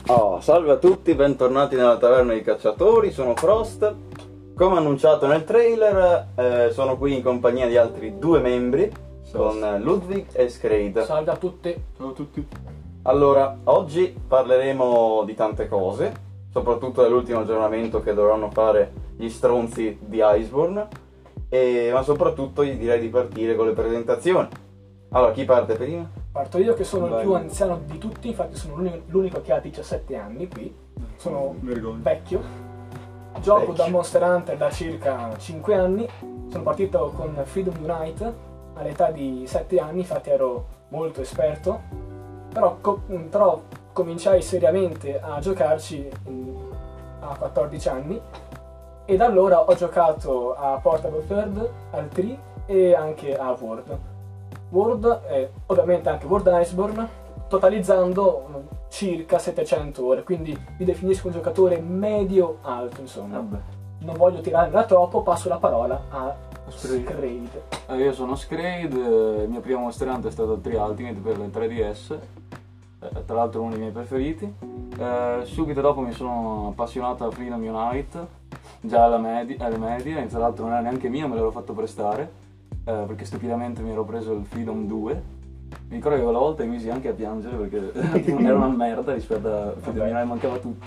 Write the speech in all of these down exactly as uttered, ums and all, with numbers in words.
Oh, salve a tutti, bentornati nella taverna dei cacciatori, sono Frost. Come annunciato nel trailer, eh, sono qui in compagnia di altri due membri, con eh, Ludwig e Scrade. Salve a tutti. Ciao a tutti. Allora, oggi parleremo di tante cose, soprattutto dell'ultimo aggiornamento che dovranno fare gli stronzi di Iceborne, e, ma soprattutto io direi di partire con le presentazioni. Allora, chi parte prima? Parto io che sono Vai. il più anziano di tutti, infatti sono l'unico- l'unico che ha diciassette anni qui. Sono Vergogna. vecchio. Gioco Vecchio. da Monster Hunter da circa cinque anni. Sono partito con Freedom Unite all'età di sette anni, infatti ero molto esperto. Però, co- però cominciai seriamente a giocarci in- a quattordici anni. E da allora ho giocato a Portable Third, al Tree e anche a World. World e ovviamente anche World Iceborne, totalizzando mm, circa settecento ore, quindi mi definisco un giocatore medio-alto, insomma. Vabbè. Non voglio tirarmela troppo, passo la parola a Scrade. Scrade. Eh, io sono Scrade, eh, il mio primo Monster Hunter è stato il tre Ultimate per il tre D S, eh, tra l'altro uno dei miei preferiti. Eh, subito dopo mi sono appassionato a Freedom Unite, già alla medi- alle medie, e tra l'altro non era neanche mio, me l'ero fatto prestare. Eh, perché stupidamente mi ero preso il Freedom due. Mi ricordo che quella volta mi misi anche a piangere perché era una merda rispetto a Freedom Unite, mancava tutto.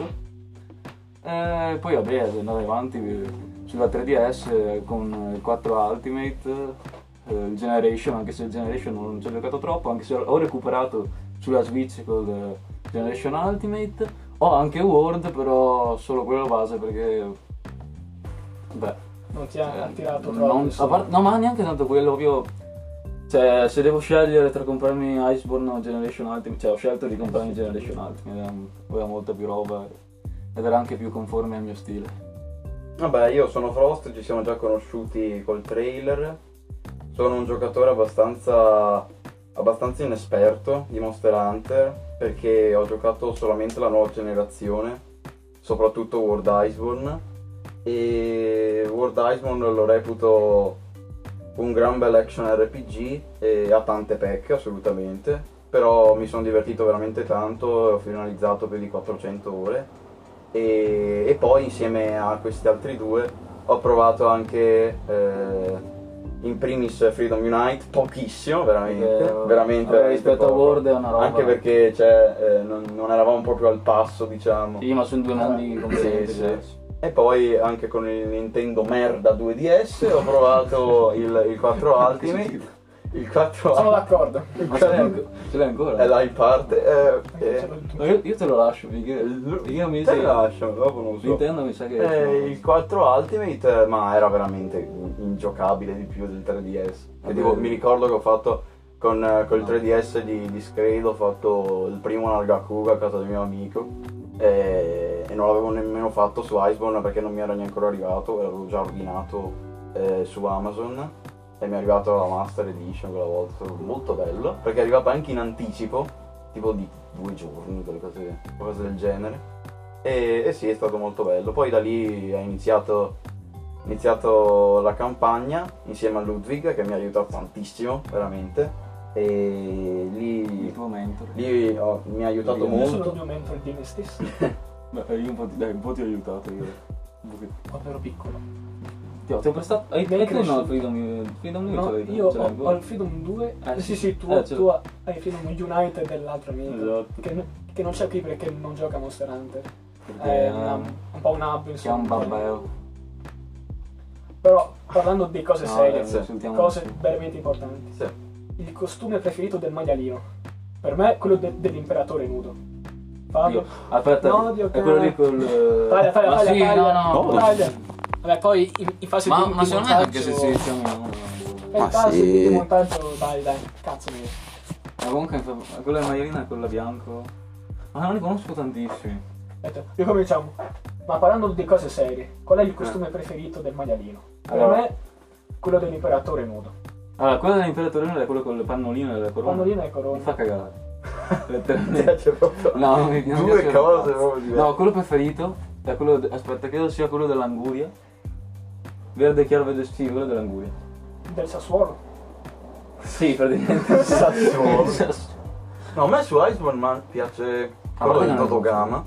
E poi vabbè, andare avanti sulla tre D S con il quattro Ultimate, eh, il Generation, anche se il Generation non ci ho giocato troppo, anche se ho recuperato sulla Switch col eh, Generation Ultimate. Ho anche World, però solo quello base perché... Beh... Non ti ha Eh, attirato non- troppo? a insomma. parte- no, ma neanche tanto quello, proprio. Cioè, se devo scegliere tra comprarmi Iceborne o Generation Ultimate, cioè ho scelto di comprarmi Generation Ultimate, era- aveva molta più roba ed era anche più conforme al mio stile. Vabbè, io sono Frost, ci siamo già conosciuti col trailer. Sono un giocatore abbastanza, abbastanza inesperto di Monster Hunter, perché ho giocato solamente la nuova generazione, soprattutto World Iceborne. E World Iceborne lo reputo un gran bel action R P G e ha tante pecche assolutamente, però mi sono divertito veramente tanto, ho finalizzato più di quattrocento ore e, e poi insieme a questi altri due ho provato anche eh, in primis Freedom Unite, pochissimo veramente, Perché, veramente, vabbè, veramente rispetto a poco. World è una roba. Anche perché cioè, eh, non, non eravamo proprio al passo, diciamo. Sì, ma sono due mondi completamente Sì, sì. diversi. E poi anche con il Nintendo merda due D S ho provato il, il quattro Ultimate. Il quattro Sono Ultimate. d'accordo. Ma ce l'hai anco- ce l'hai ancora? È là in parte. Eh, Anche eh, se lo- No, io, io te lo lascio perché io mi te sa lascio, dopo non so. Nintendo mi sa che Eh, il quattro Ultimate, eh, ma era veramente ingiocabile di più del tre D S. E Vabbè. tipo, mi ricordo che ho fatto con, eh, col No. tre D S di, di Scrade, ho fatto il primo Nargacuga a casa del mio amico. E, e non l'avevo nemmeno fatto su Iceborne perché non mi era neanche arrivato, l'avevo già ordinato eh, su Amazon e mi è arrivato la Master Edition quella volta, è stato molto bello perché è arrivato anche in anticipo, tipo di due giorni, quelle cose, cose del genere. E, e sì, è stato molto bello. Poi da lì è iniziato, iniziato la campagna insieme a Ludwig che mi ha aiutato tantissimo, veramente. E lì, il tuo mentor. lì oh, mi ha aiutato Io Io sono il molto. mio mentor di me stesso, Beh, io un po' ti, dai, un po' ti ho aiutato io. Un pochettino. quando ero piccolo. Ti ho, ti ho prestato. Hai Mi hai hai tu no cresciuto. il Freedom Freedom Unite? No, ce l'hai- io ce l'hai ho, ancora? ho il Freedom due, Eh, eh, sì sì. sì, tu, Eh, ce tu l'ho. hai il Freedom Unite dell'altro amico, Esatto. che, che non c'è qui perché non gioca a Monster Hunter. Perché È è una- un un po' un hub, che è insomma. un babbeo. Però parlando di cose No, serie, adesso insultiamo cose nessuno. veramente importanti. Sì. Il costume preferito del maialino. Per me è quello de- dell'imperatore nudo. Fabio? Io- Aspetta, No, Dio, è quello lì col. Taglia, taglia, ma taglia, sì, taglia. no, no. Taglia. Vabbè, poi in, in fase Ma, di, ma di secondo me montaggio... anche se si diciamo. In Ma fase sì. di montaggio, dai, dai, cazzo mio. Ma comunque quello è maialino e quello bianco. Ma non ne conosco tantissimi. Aspetta, ricominciamo. Ma parlando di cose serie, qual è il costume preferito del maialino? Per Allora. me, quello dell'imperatore nudo. Allora, quello dell'imperatore è quello con il pannolino e la corona. Pannolino e Mi corona. fa cagare. Mi Letteralmente. piace proprio. No, non mi, non mi Due piace un cose cazzo. proprio diverse. No, quello preferito è quello. de- Aspetta, credo sia quello dell'anguria. Verde chiaro, verde sì, quello dell'anguria. Del Sassuolo. Sì, praticamente. Sassuolo. Sass- No, a me su Iceborne man, piace quello Ah, di no, no. Dodogama,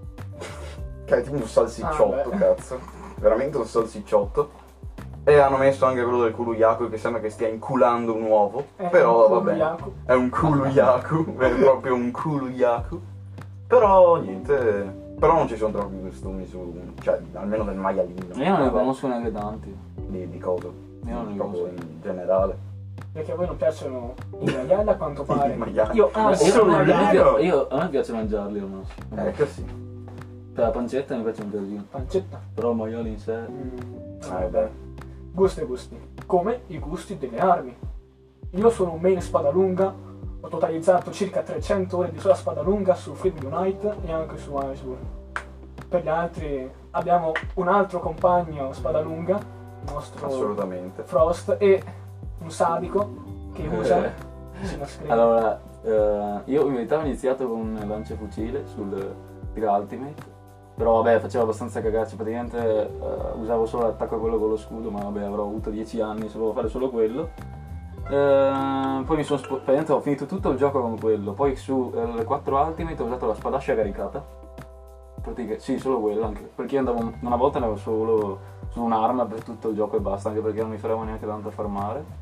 che è tipo un salsicciotto, Ah, beh. cazzo, veramente un salsicciotto. E hanno messo anche quello del Kuluyaku, che sembra che stia inculando un uovo, È però un vabbè, Kuluyaku. è un Kuluyaku, è proprio un Kuluyaku. Però niente, però non ci sono troppi costumi su, cioè almeno del maialino. Io non ne Vabbè, conosco neanche tanti. Di, di cosa? Io non li Proprio conosco. in generale. Perché a voi non piacciono i maiali a quanto pare. I maiali. Io amo Io i sono a, me, maiali. io. io- a me piace mangiarli al massimo. Eh, così. Per la pancetta mi piace un casino. Pancetta. Però il maiale in sé. Mm. Eh, beh. Gusti e gusti. Come i gusti delle armi. Io sono un main spada lunga, ho totalizzato circa trecento ore di sola spada lunga su Freedom Unite e anche su Iceborne. Per gli altri abbiamo un altro compagno spada lunga, il nostro Assolutamente. Frost, e un sadico che usa Eh. si nascrive. Allora, eh, io in verità ho iniziato con un lanciafucile sul Tira Ultimate. Però vabbè, faceva abbastanza cagarci, praticamente eh, usavo solo l'attacco a quello con lo scudo, ma vabbè, avrò avuto dieci anni, sapevo fare solo quello. Eh, poi mi sono spo- praticamente ho finito tutto il gioco con quello, poi su eh, le quattro Ultimate ho usato la spadascia caricata. Praticamente, sì, solo quella, anche perché io andavo, una volta andavo solo su un'arma per tutto il gioco e basta, anche perché non mi faremo neanche tanto a farmare.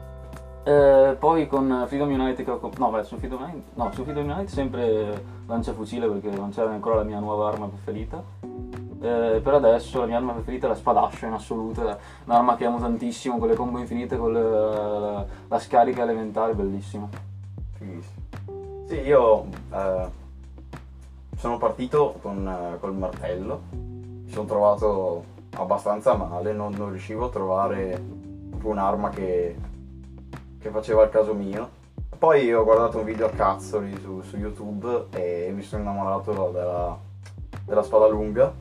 Eh, poi con Freedom Unite che ho comp- no, beh, su Freedom Unite, no, su Freedom Unite sempre lanciafucile perché non c'era ancora la mia nuova arma preferita. Eh, per adesso la mia arma preferita è la spadascia in assoluto, è un'arma che amo tantissimo, con le combo infinite, con le- la, la scarica elementare, bellissima. Fighissimo. Sì, io eh, sono partito con, eh, col martello, mi sono trovato abbastanza male, non, non riuscivo a trovare un'arma che, che faceva il caso mio. Poi ho guardato un video a cazzoli su, su YouTube e mi sono innamorato della, della spada lunga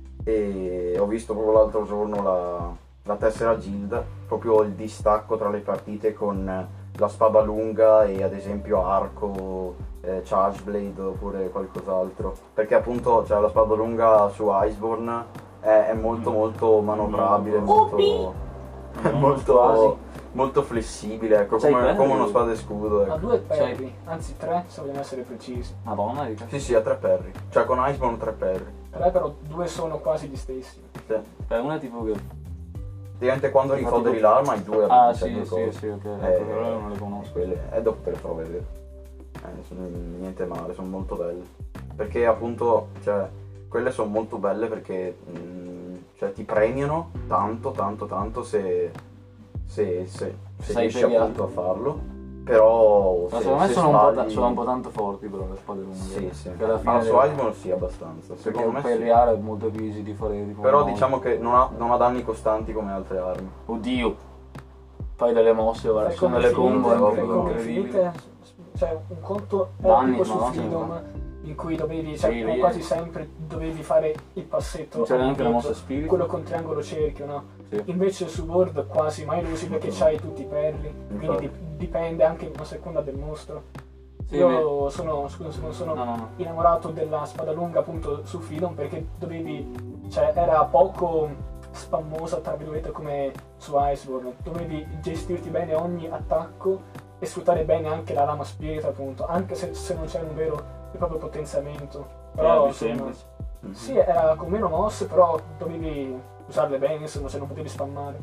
e ho visto proprio l'altro giorno la, la tessera Gilda, proprio il distacco tra le partite con la spada lunga e ad esempio arco, eh, charge blade oppure qualcos'altro, perché appunto cioè, la spada lunga su Iceborne è, è molto molto manovrabile, molto, è molto, molto flessibile, ecco, Sai come, bello. come uno spada e scudo, Ha ecco. due perri, anzi tre se vogliamo essere precisi. Madonna, di cazzo. Sì sì, ha tre perri, cioè con Iceborne tre perri. Tre però due sono quasi gli stessi. Sì. È una tipo che... Praticamente quando Infatti, rifoderi tipo- l'arma hai due Ah, cioè, sì, due sì, cose. sì, ok, Eh, ecco, però non le conosco. Quelle, e dopo te le farò vedere. Eh, sono niente male, sono molto belle. Perché appunto, cioè, quelle sono molto belle perché mh, cioè, ti premiano tanto, tanto, tanto se, se, se, se Sai riesci pregare. appunto a farlo. Però Ma se, secondo me se sono, un po ta- sbagli- sono un po' tanto forti però le spade lunghe. Sì, sì. Che alla fine Ah, su le- Iceborne sì, abbastanza. perché Secondo me per sì. Reare è molto più easy di fare tipo Però un- diciamo che non ha, non ha danni costanti come altre armi. Oddio, fai delle mosse, guarda, Fai sono come delle combo finite, combo fai come incredibili. finite, cioè un conto Danni, epico su ma no, Freedom in cui dovevi, cioè Sì, come lì- quasi sempre dovevi fare il passetto C'era anche la all'indietro, mossa spirito. quello con triangolo cerchio, no? Sì. Invece su World quasi mai lo usi perché c'hai tutti i perri, quindi Infatti. dip- dipende anche una seconda del mostro. Sì, Io sono, scusa, sono, sono No, no, no. innamorato della spada lunga appunto su Freedom perché dovevi, cioè era poco spammosa tra virgolette come su Iceborne, dovevi gestirti bene ogni attacco e sfruttare bene anche la lama spirito appunto, anche se, se non c'era un vero e proprio potenziamento. Era Però più insomma, semplice. sì, era con meno mosse, però dovevi usarle bene, se no, se non potevi spammare.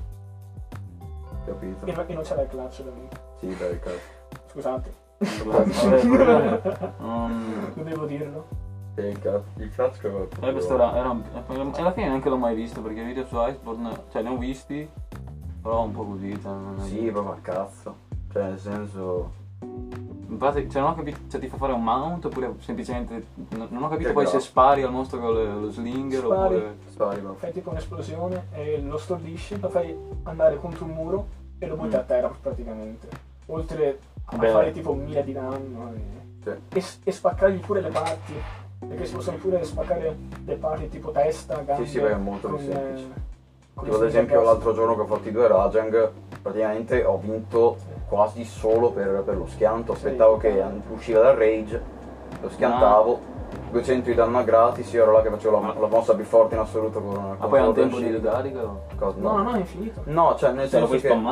Capito? E, no- e non c'era il clutch ovviamente. Sì, dai, cazzo. Scusate, Vabbè, quello- mm, non devo dirlo. E il cazzo, il cazzo è eh, questo era, era un- e alla fine neanche l'ho mai visto perché i video su Iceborne, cioè ne ho visti, però un po' così. Cioè, non è- Sì, proprio a cazzo. Cioè, nel senso... In base, cioè non ho capito, cioè ti fa fare un mount oppure semplicemente, non non ho capito Che poi bravo. se spari al mostro con le- lo slinger Spari. oppure... Spari, ma... Fai tipo un'esplosione e lo stordisci, lo fai andare contro un muro e lo butti Mm. a terra praticamente. Oltre a Beh. fare tipo mille di danno e, Sì. e, s- e spaccargli pure le parti. Perché si possono pure spaccare le parti tipo testa, gambe. Sì, sì, beh, è molto più con, semplice. eh, con Tipo ad le esempio gas. l'altro giorno che ho fatto i due Rajang, praticamente ho vinto quasi solo per, per lo schianto. Aspettavo che an- usciva dal rage, lo schiantavo, duecento di danno a gratis, io ero là che facevo la, la mossa più forte in assoluto con Ma con poi ha un Golden tempo di Shield. ricarica o... Cosa- No, no, no, è infinito. No, cioè nel Se lo senso puoi che... spammare poi.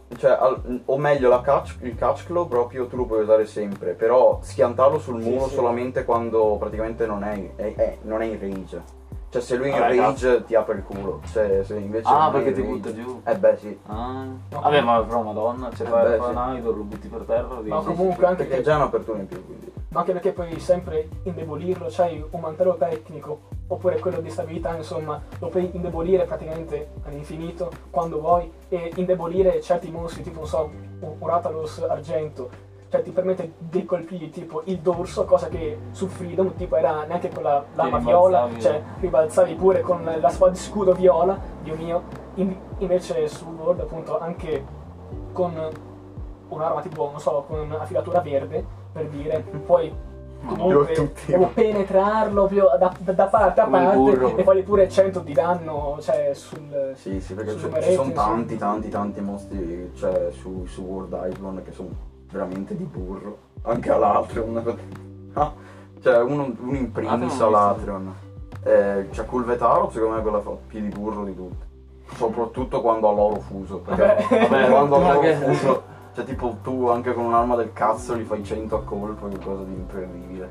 cioè, al- o meglio, la catch, il catch claw proprio tu lo puoi usare sempre, però schiantarlo sul Sì, muro sì. solamente quando praticamente non è, è- è- non è in rage. Cioè se lui è in Vabbè, rage ti apre il culo, se, se invece Ah, non è perché in ti rage- butta giù. Eh beh sì, Ah. Vabbè, ma però madonna, c'è Eh fare beh, fa sì. un idol, lo butti per terra, dici. Ma Sì, comunque sì, anche perché che- è già un'apertura in più, quindi. Ma anche perché puoi sempre indebolirlo, c'hai un mantello tecnico oppure quello di stabilità, insomma, lo puoi indebolire praticamente all'infinito quando vuoi e indebolire certi mostri, tipo non so, un, un Rathalos argento, cioè ti permette di colpire tipo il dorso, cosa che su Freedom tipo era neanche con la lama Sì, viola, ribalzavi. cioè ribalzavi pure con la spada di scudo viola, Dio mio, In- invece su World appunto anche con un'arma tipo, non so, con un'affilatura verde, per dire, puoi comunque Io tutti. proprio penetrarlo proprio da, da- da parte a Come il parte burro. e fargli pure cento di danno, cioè sul... Sì, sì, perché sul c'è- ci numeretto, sono insomma. tanti, tanti, tanti mostri cioè, su, su World Iceborne che sono veramente di burro. Anche all'Atreon. Ah, cioè, uno, uno in primis Ah, non l'ho visto. all'Atreon. Eh, c'è Culvetaro, secondo me quella fa più di burro di tutti. Soprattutto quando ha l'oro fuso. Perché Vabbè. Vabbè, quando ha ma l'oro che- fuso, cioè tipo tu anche con un'arma del cazzo gli fai cento a colpo, è qualcosa di incredibile.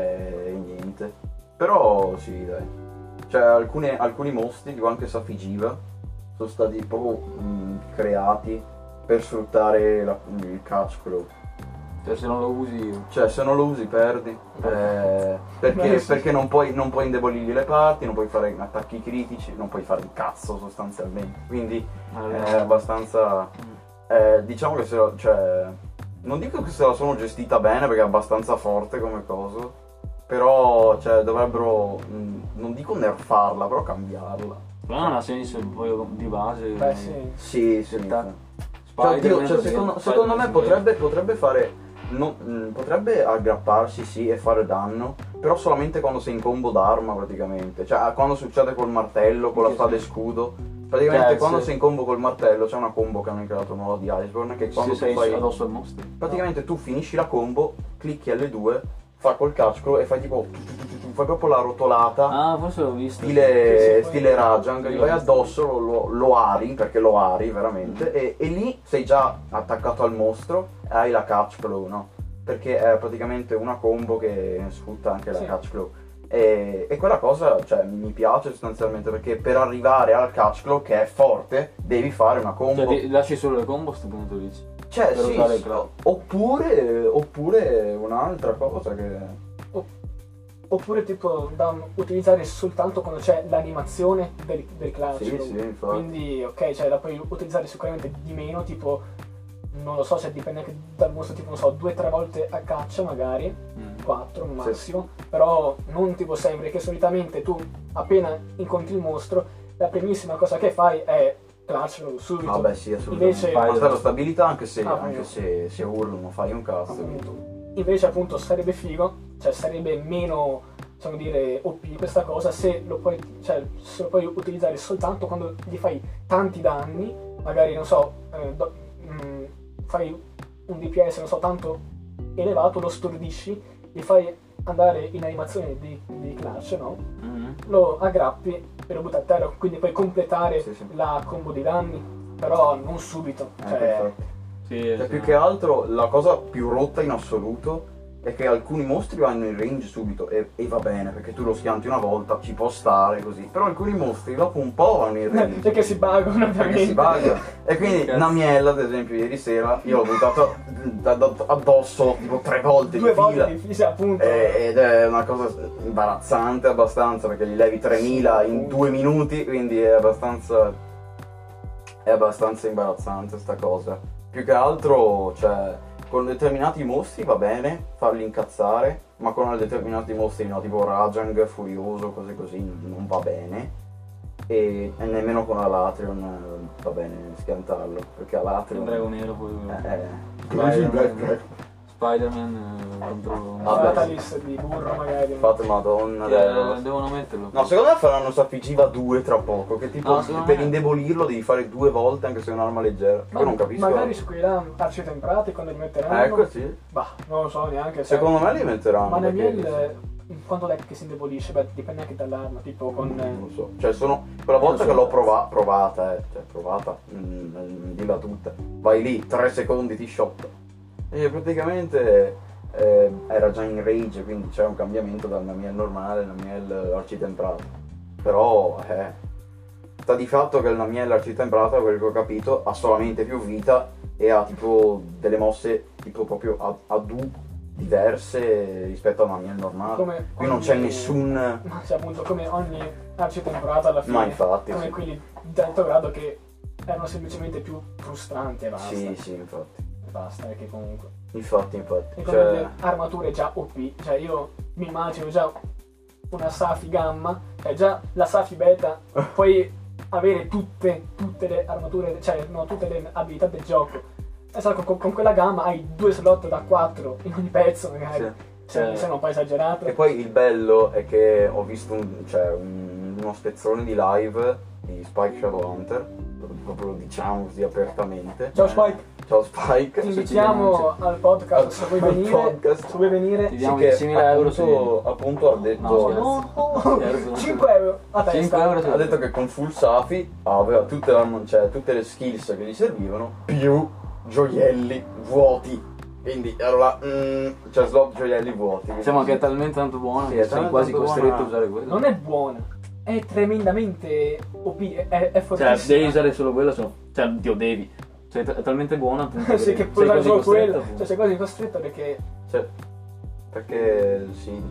E niente. Però sì, dai. Cioè alcune- alcuni mostri, tipo anche Safigiva, sono stati proprio mh, creati per sfruttare la- il catch claw. Cioè se non lo usi. Cioè se non lo usi perdi. Eh, perché Eh, sì. perché non, puoi, non puoi indebolirgli le parti, non puoi fare attacchi critici, non puoi fare un cazzo sostanzialmente. Quindi è abbastanza... eh, diciamo che se la, cioè, non dico che se la sono gestita bene perché è abbastanza forte come cosa, però cioè, dovrebbero, mh, non dico nerfarla, però cambiarla. Però non ha senso poi di base. Beh sì. Sì, sì. Ta- Cioè, oddio, Spider-Man, cioè, perché secondo, Spider-Man secondo me si potrebbe, potrebbe fare. No, mh, potrebbe aggrapparsi sì e fare danno, però solamente quando sei in combo d'arma praticamente. Cioè quando succede col martello, con la Sì, spada e sì. scudo. Praticamente Cioè, quando sì. sei in combo col martello c'è una combo che hanno creato nuova di Iceborne che quando Se tu sei fai. addosso al mostro. Praticamente tu finisci la combo, clicchi L due, fa col catch claw e fai tipo. tu, tu, tu, tu, tu, fai proprio la rotolata. Ah, forse l'ho visto. Stile, Sì, sì, poi- stile Rajang, Sì, gli l'ho vai visto. addosso, lo, lo, lo ari, perché lo ari veramente, e, e lì sei già attaccato al mostro e hai la catch claw, no? Perché è praticamente una combo che sfrutta anche la Sì. catch claw. E, e quella cosa, cioè, mi piace sostanzialmente perché per arrivare al catch claw che è forte, devi fare una combo. Cioè ti lasci solo le combo a sto punto dici. Cioè, per sì, usare il sì, claw. oppure, oppure un'altra cosa che. Oppure tipo da utilizzare soltanto quando c'è l'animazione del, del clutch. Sì, sì, infatti. Quindi ok, cioè la puoi utilizzare sicuramente di meno, tipo non lo so se dipende anche dal mostro, tipo non so, due o tre volte a caccia magari, Mm. quattro al massimo, però non tipo sempre, che solitamente tu appena incontri il mostro, la primissima cosa che fai è clutch subito. Vabbè, sì, assolutamente. Invece- Ma per la stabilità, anche se, Ah, anche no. se, se urlo non fai un cazzo. Appunto. Invece appunto sarebbe figo, cioè sarebbe meno, possiamo dire, O P questa cosa se lo puoi, cioè, se lo puoi utilizzare soltanto quando gli fai tanti danni, magari non so, eh, do- mm, fai un D P S non so tanto elevato, lo stordisci, gli fai andare in animazione di, di clutch, no? Mm. Lo aggrappi e lo butti a terra, quindi puoi completare Sì, sì. la combo di danni, però non subito. Eh, Cioè, perfetto. Sì, Cioè, esatto. più che altro la cosa più rotta in assoluto è che alcuni mostri vanno in range subito e, e va bene perché tu lo schianti una volta, ci può stare così, però alcuni mostri dopo un po' vanno in range perché si buggano perché ovviamente. si bugga. E quindi Cazzo. Namiella ad esempio ieri sera io l'ho buttato da- da- addosso tipo tre volte Due di fila volte di fila, appunto. E- ed è una cosa imbarazzante abbastanza perché gli levi tremila in due minuti, quindi è abbastanza è abbastanza imbarazzante sta cosa. Più che altro, cioè, con determinati mostri va bene farli incazzare, ma con determinati mostri no, tipo Rajang, Furioso, cose così, non va bene. E, e nemmeno con Alatrion eh, va bene schiantarlo, perché Il Alatrion drago nero poi. eh, eh, Spider-Man, Spider-Man eh, contro. Vabbè. Fatalis di burro magari. fate madonna. Eh, devono- devono metterlo. No, secondo me faranno Safigiva due tra poco, che tipo No, secondo per me- indebolirlo devi fare due volte anche se è un'arma leggera. Ma Poi non capisco. magari su quelli là arci temprati quando li metteranno. Ecco sì. Bah, non lo so neanche. sai. Secondo me li metteranno. Ma perché- Namiel quando è che si indebolisce? Beh, dipende anche dall'arma, tipo con... Non lo so, cioè sono quella volta che l'ho prova- provata, eh, cioè provata, mm, mm, dilla tutta, vai lì, tre secondi ti shotta. E praticamente eh, era già in rage, quindi c'era un cambiamento dalla miel normale alla miel arcitemprata. Però, eh, sta di fatto che la miel arcitemprata, quello che ho capito, ha solamente più vita e ha tipo delle mosse tipo proprio a, a du diverse rispetto a una miel normale. Come Qui non ogni- c'è nessun... Ma cioè, appunto, come ogni arcitemprata alla fine. Ma infatti, come sì. quelli di alto grado che erano semplicemente più frustranti e basta. Sì, sì, infatti. E basta, perché comunque... Infatti, infatti. E come Cioè, le armature già O P, cioè io mi immagino già una Safi Gamma, cioè già la Safi Beta, puoi avere tutte, tutte le armature, cioè no, tutte le abilità del gioco. E sai, con, con quella gamma hai due slot da quattro in ogni pezzo magari. sì. Se mi Sì. sembra un po' esagerato. E poi il bello è che ho visto un- cioè, un- uno spezzone di live di Spike Shadowhunter, proprio lo diciamo così apertamente. Ciao Spike, Ciao Spike. ti se ci invitiamo denunci. al podcast Al- se vuoi al venire. podcast. Se vuoi venire. Ti Sì, diamo che diecimila euro se appunto, appunto ha detto, No, scherzo. cinque euro a testa. cinque euro se- ha detto che con Full Safi aveva tutte, la- cioè, tutte le skills che gli servivano più gioielli vuoti. Quindi allora, mm, cioè slot gioielli vuoti. Diciamo che è talmente tanto buona Sì, che è sei talmente quasi tanto costretto buona. a usare quello. Non è buona, è tremendamente O P, è, è Cioè, fortissima. devi usare solo quello, sono- cioè, Dio, devi. Cioè, è talmente buona appunto Sì, che puoi sei usare quasi solo costretto, quello. appunto. Cioè sei quasi costretto perché... Cioè, perché sì.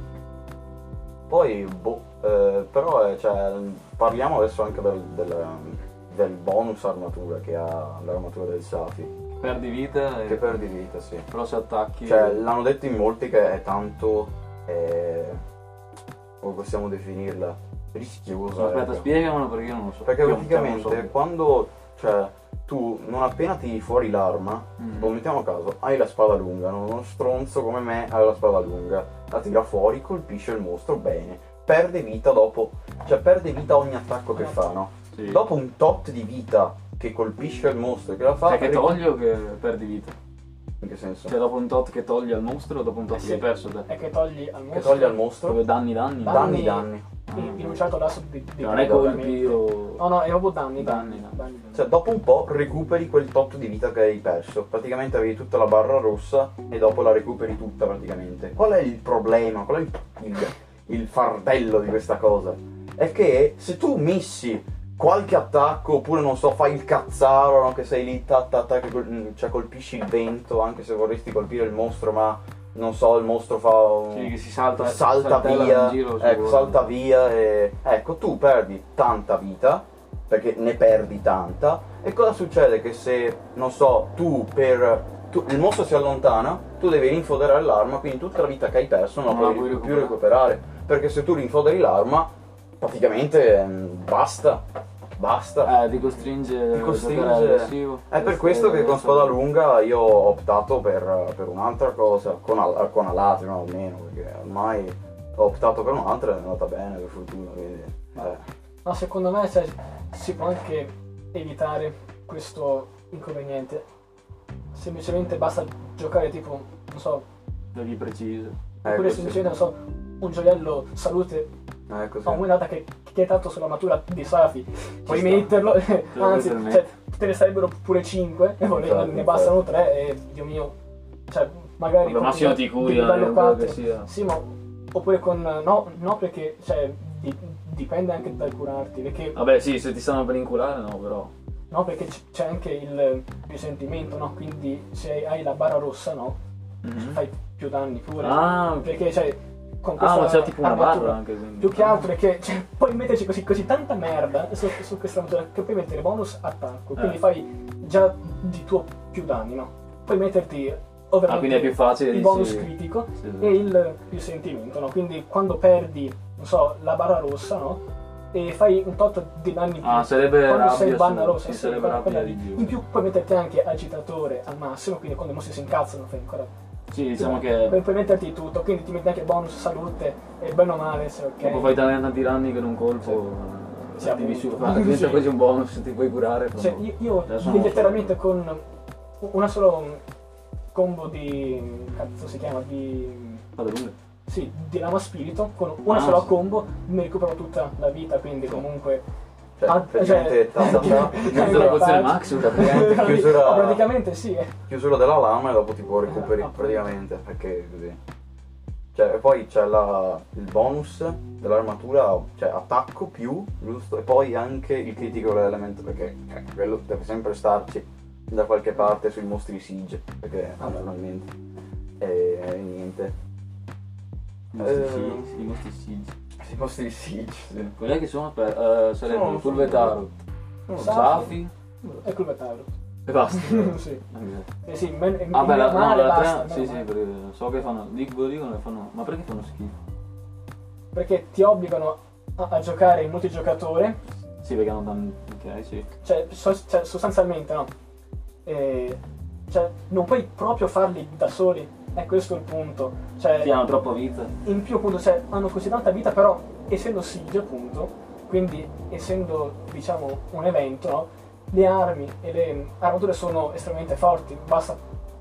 Poi, boh, eh, però eh, cioè, parliamo adesso anche del, del, del bonus armatura che ha l'armatura del Safi. Perdi vita e... Che perdi vita, sì. però se attacchi... Cioè, l'hanno detto in molti che è tanto, eh, come possiamo definirla, rischiosa. Aspetta, ecco. spiegamelo perché io non lo so. Perché Io, praticamente cioè, non so. quando, cioè, tu non appena tiri fuori l'arma, Mm. tipo, mettiamo a caso, hai la spada lunga, no? Uno stronzo come me ha la spada lunga, la tira fuori, colpisce il mostro, bene, perde vita dopo, cioè perde vita ogni attacco che fa, no? Sì. Dopo un tot di vita che colpisce il mostro e che la fa... Cioè che ric- togli o che perdi vita? In che senso? Cioè dopo un tot che togli al mostro o dopo un tot Eh che sì. hai perso te? è che togli al mostro. Che togli al mostro? Proprio danni danni? Danni. Danni, danni. in, in un certo lasso di, di Cioè, non è tempo, colpi ovviamente. o... No, no, è proprio danni, Danni, danni, no. danni, danni. Cioè, dopo un po' recuperi quel tot di vita che hai perso. Praticamente avevi tutta la barra rossa e dopo la recuperi tutta praticamente. Qual è il problema? Qual è il, il, il fardello di questa cosa? È che se tu missi qualche attacco oppure non so, fai il cazzaro, no? Che sei lì, ta, ta, ta, che col- cioè colpisci il vento anche se vorresti colpire il mostro, ma non so, il mostro fa un... Sì, che si salta, salta saltella via, in giro, ecco, su- salta via e ecco, tu perdi tanta vita perché ne perdi tanta. E cosa succede? Che se, non so, tu per tu, il mostro si allontana, tu devi rinfoderare l'arma, quindi tutta la vita che hai perso non la Non la puoi puoi più recuperare. recuperare, perché se tu rinfoderi l'arma praticamente mm, basta, basta. Eh, ti costringe, Ti costringe- a giocare aggressivo. È per questo che con spada lunga io ho optato per, per un'altra cosa, con, al, con Alatrium almeno, perché ormai ho optato per un'altra ed è andata bene, per fortuna, quindi... eh. Ma secondo me cioè, si può anche evitare questo inconveniente. Semplicemente basta giocare tipo, non so, Devi precise. Eh, oppure così. semplicemente, non so, un gioiello salute Eh, così. a una data che, che è tanto sull'armatura di Safi. Puoi sta. metterlo, lo anzi, metti. cioè, te ne sarebbero pure cinque, e volendo Infatti, ne infatti. bastano tre e Dio mio, cioè magari Vabbè, con massimo di- ti curi, di livello eh, quello che quattro. sia. Sì, ma oppure con no, no perché cioè di- dipende anche dal curarti, perché Vabbè sì, se ti stanno per inculare no, però. no, perché c- c'è anche il risentimento, no? Quindi se hai la barra rossa, no? Mhm. Fai più danni pure. Ah, ok. Perché cioè con Ah, questa ma c'è tipo una armatura, barra anche quindi. più che altro è che cioè, puoi metterci così, così tanta merda su, su questa armatura che puoi mettere bonus attacco, quindi Eh. fai già di tuo più danni, no? Puoi metterti ovviamente Ah, quindi è più facile, il dici- bonus critico Sì, sì. e il risentimento, no? Quindi quando perdi, non so, la barra rossa, no? E fai un tot di danni in più. Ah, sarebbe quando sei rabbia banna su- rossa, sì, sì, sarebbe quella- rabbia quella di lì. più. In più puoi metterti anche agitatore al massimo, quindi quando i mostri si incazzano fai ancora. Sì, diciamo Puoi, che puoi metterti tutto, quindi ti metti anche bonus salute e bene o male, se ok. dopo fai talmente tanti danni che in un colpo Sì, ti appunto. visu- fa- diventa Sì. quasi un bonus, ti puoi curare. Cioè, però- io, io Adesso non lo so. letteralmente con una sola combo di. Cazzo si chiama? Di. Spada lunga. sì, di lama spirito, con una Ah, sola sì. combo mi recupero tutta la vita, quindi comunque... Cioè, ah, praticamente cioè- tanta- Mezzo la pozione max, praticamente No, chiusura, praticamente sì. eh. chiusura della lama e dopo tipo recuperi Ah, praticamente, perché così. Cioè, e poi c'è la- il bonus dell'armatura, cioè attacco più, giusto? E poi anche il critical element, perché cioè, quello deve sempre starci da qualche parte sui mostri siege, perché Ah, normalmente. E, e niente. I mostri Eh. siege, i mostri siege. I mostri siege, sì. Quelle che sono per, eh, sarebbero Sono- Fulvetaro, Safi. Safi E quel metallo. e basta. Sì. Anche se- Eh sì, men- in Ah beh, la, no, normale la basta, tre, sì sì, normale. perché so che fanno, dico, dicono che fanno, ma perché fanno schifo? Perché ti obbligano a, a giocare in multigiocatore, Sì, perché hanno tan- ok, sì. cioè, so- cioè, sostanzialmente no. E, cioè, non puoi proprio farli da soli, è questo il punto. Cioè, Sì, hanno troppa vita. in più appunto, cioè, hanno così tanta vita, però essendo siege appunto, quindi essendo diciamo un evento, no? Le armi e le armature sono estremamente forti, basta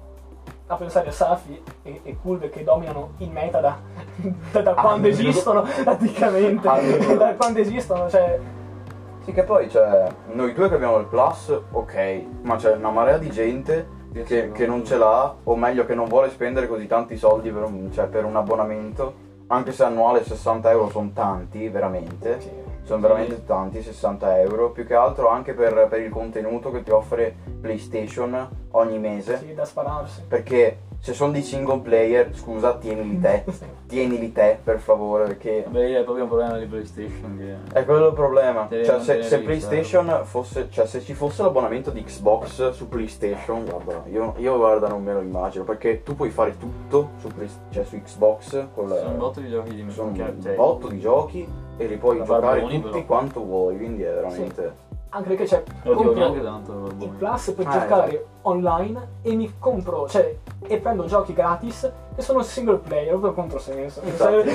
a pensare a Safi e, e Kulve che dominano il meta da, da, da quando Ah, esistono praticamente, Ah, da quando esistono, cioè Sì, che poi c'è noi due che abbiamo il plus, ok, ma c'è una marea di gente Sì, che, sì, che no. non ce l'ha, o meglio che non vuole spendere così tanti soldi per un, cioè, per un abbonamento, anche se annuale sessanta euro sono tanti, veramente. sì. Sono veramente tanti, sessanta euro, più che altro anche per, per il contenuto che ti offre PlayStation ogni mese. Sì, da spararsi. Perché se sono di single player, scusa, tienili te, tienili te per favore, perché Vabbè, è proprio un problema di PlayStation che... è quello il problema. Devi Cioè, se, mantenere se il PlayStation fosse, cioè, se ci fosse l'abbonamento di Xbox su PlayStation, guarda, io, io guarda non me lo immagino, perché tu puoi fare tutto su, Play- cioè, su Xbox, con Sono un botto di giochi di sono cioè, un botto di giochi e li puoi Da giocare barboni, tutti però. quanto vuoi, quindi è veramente... Anche perché c'è Oddio, compro neanche tanto. il boh. plus per Ah, giocare online e mi compro, cioè, e prendo giochi gratis e sono single player, proprio controsenso. Infatti.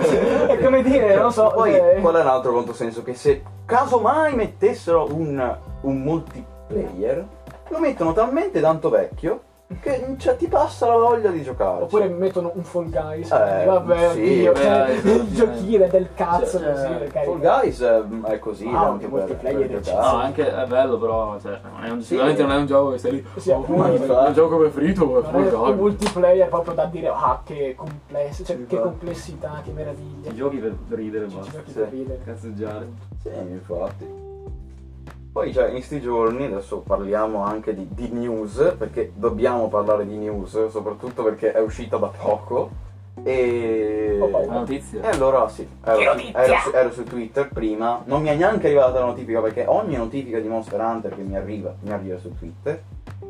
È come dire, non so, Poi cioè- qual è un altro controsenso? Che se casomai mettessero un, un multiplayer, lo mettono talmente tanto vecchio che cioè, ti passa la voglia di giocare. Oppure mettono un Fall Guys, Eh, vabbè, sì, oddio, beh, cioè, sì, sì. giochine del cazzo Cioè, così, per Fall carità. Guys è, è così Ah, anche un per, multiplayer per eccezionale. No, giocare. anche è bello, però cioè, non è un- Sì. sicuramente non è un gioco che stai lì. Sì, oh, appunto. ma il mio gioco preferito è Non è Fall un Guys. multiplayer proprio da dire, ah, che complesso, cioè, che Infatti. complessità, che meraviglia. Ci giochi per ridere, Ci basta. giochi Sì. per ridere. Cazzeggiare. Sì, infatti. Poi cioè, in sti giorni, adesso parliamo anche di, di news, perché dobbiamo parlare di news, soprattutto perché è uscita da poco. E... Oh, Una notizia. E allora sì, ero, Che su, notizia! ero su- ero su Twitter prima, non mi è neanche arrivata la notifica perché ogni notifica di Monster Hunter che mi arriva, mi arriva su Twitter.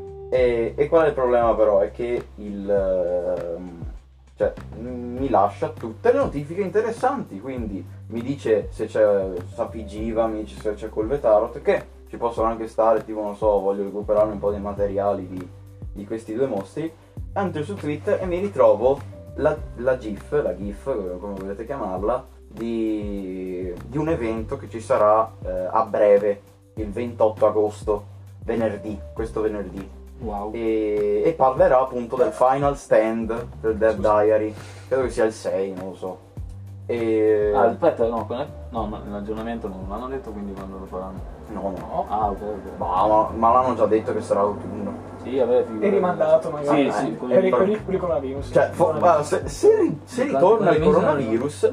E, e qual è il problema però? È che il... ehm, cioè, mi lascia tutte le notifiche interessanti, quindi mi dice se c'è Sapigiva, mi dice se c'è Colvetarot, che ci possono anche stare, tipo non so, voglio recuperare un po' di materiali di, di questi due mostri. Entro su Twitter e mi ritrovo la, la GIF, la GIF, come volete chiamarla, di, di un evento che ci sarà eh, a breve, il ventotto agosto, venerdì, questo venerdì. Wow. E, e parlerà appunto del final stand del Dead Diary, credo che sia il sei, non lo so. E... Ah, aspetta, no, con- no, no, l'aggiornamento non l'hanno detto, quindi quando lo faranno. no, no. Ah, ok, ok. Ma, ma, ma l'hanno già detto che sarà autunno. Sì, vabbè, figurati. E rimandato magari. Sì, sì, con E il- per il, per il coronavirus. Cioè, fo- guarda, se, se, ri- se ritorna il coronavirus...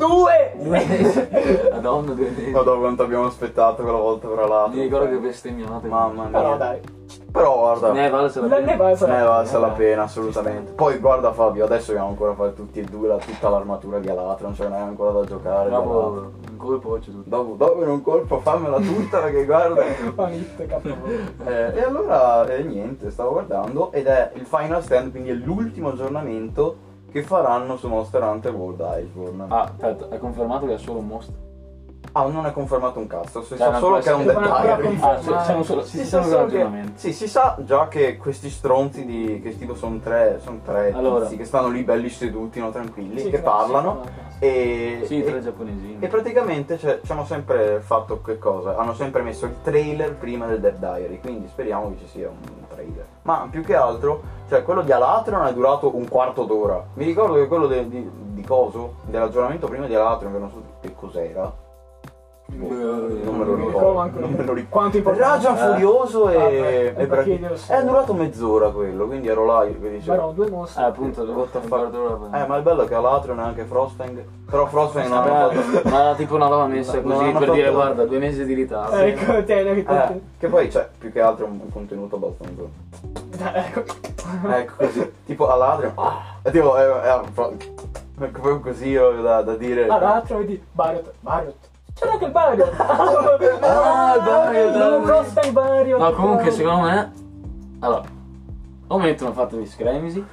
Due! Madonna, due mesi. Madonna quanto abbiamo aspettato quella volta tra l'altro. Mi ricordo che bestemmiate. Mamma mia. Però dai, Però guarda, Ne valse la ne pena. valsa ne la valsa la Eh, pena assolutamente. Poi guarda Fabio, adesso dobbiamo ancora fare tutti e due la, tutta l'armatura di Alatron, cioè non è ancora da giocare. di Alatron. Bravo, un colpo c'è tutto. Dopo, dopo in un colpo fammela tutta perché guarda. Panit, capolavoro. Eh, e allora eh, niente, stavo guardando ed è il final stand, quindi è l'ultimo aggiornamento che faranno su Monster Hunter World Iceborne. Ah, aspetta, è confermato che è solo un mostro. Ah, non è confermato un cazzo, si Cioè, sa non solo può che è un essere- Dead devono ancora Diary. confermare. Ah, sì, siamo solo, Si si sa sono solo che- ragionamenti. sì, si sa già che questi stronzi di che tipo sono tre, sono tre Allora. tizi che stanno lì belli seduti, no, tranquilli, Sì, che claro, parlano sì, e, Sì, e- tre giapponesini. e praticamente cioè, ci hanno sempre fatto che cosa? Hanno sempre messo il trailer prima del Dead Diary, quindi speriamo che ci sia un trailer. Ma più che altro, cioè quello di Alatron è durato un quarto d'ora. Mi ricordo che quello de- di, di coso, dell'aggiornamento prima di Alatrium, che non so che cos'era. Beh, Non me lo mi ricordo, anche non io. me lo ricordo. Quanto importante. Rajan Eh. Furioso e, Ah, beh, e e perché Brachid- io lo so. è durato mezz'ora quello, quindi ero là che Ma dicevo. erano due mostri. Eh, appunto, What the devo fuck? fare Eh, ma il bello è che Alatrium e anche Frostfang. Però Frostfang non hanno fatto. ma tipo una roba messa Non così hanno per dire fatto- guarda, due mesi di ritardo. Ecco, tieni che Eh, contenuto. che poi c'è più che altro un un contenuto abbastanza. Ecco. Ecco così. Tipo Alatrium. Ah, è tipo. È, è, è proprio così io, da, da dire. Ah, l'altro vedi, Bariot, Bariot. C'era anche il Bariot. Ah, il Bariot, Non dai. costa il Bariot. No, comunque secondo me. Allora, o mettono Fatalist Scremisi,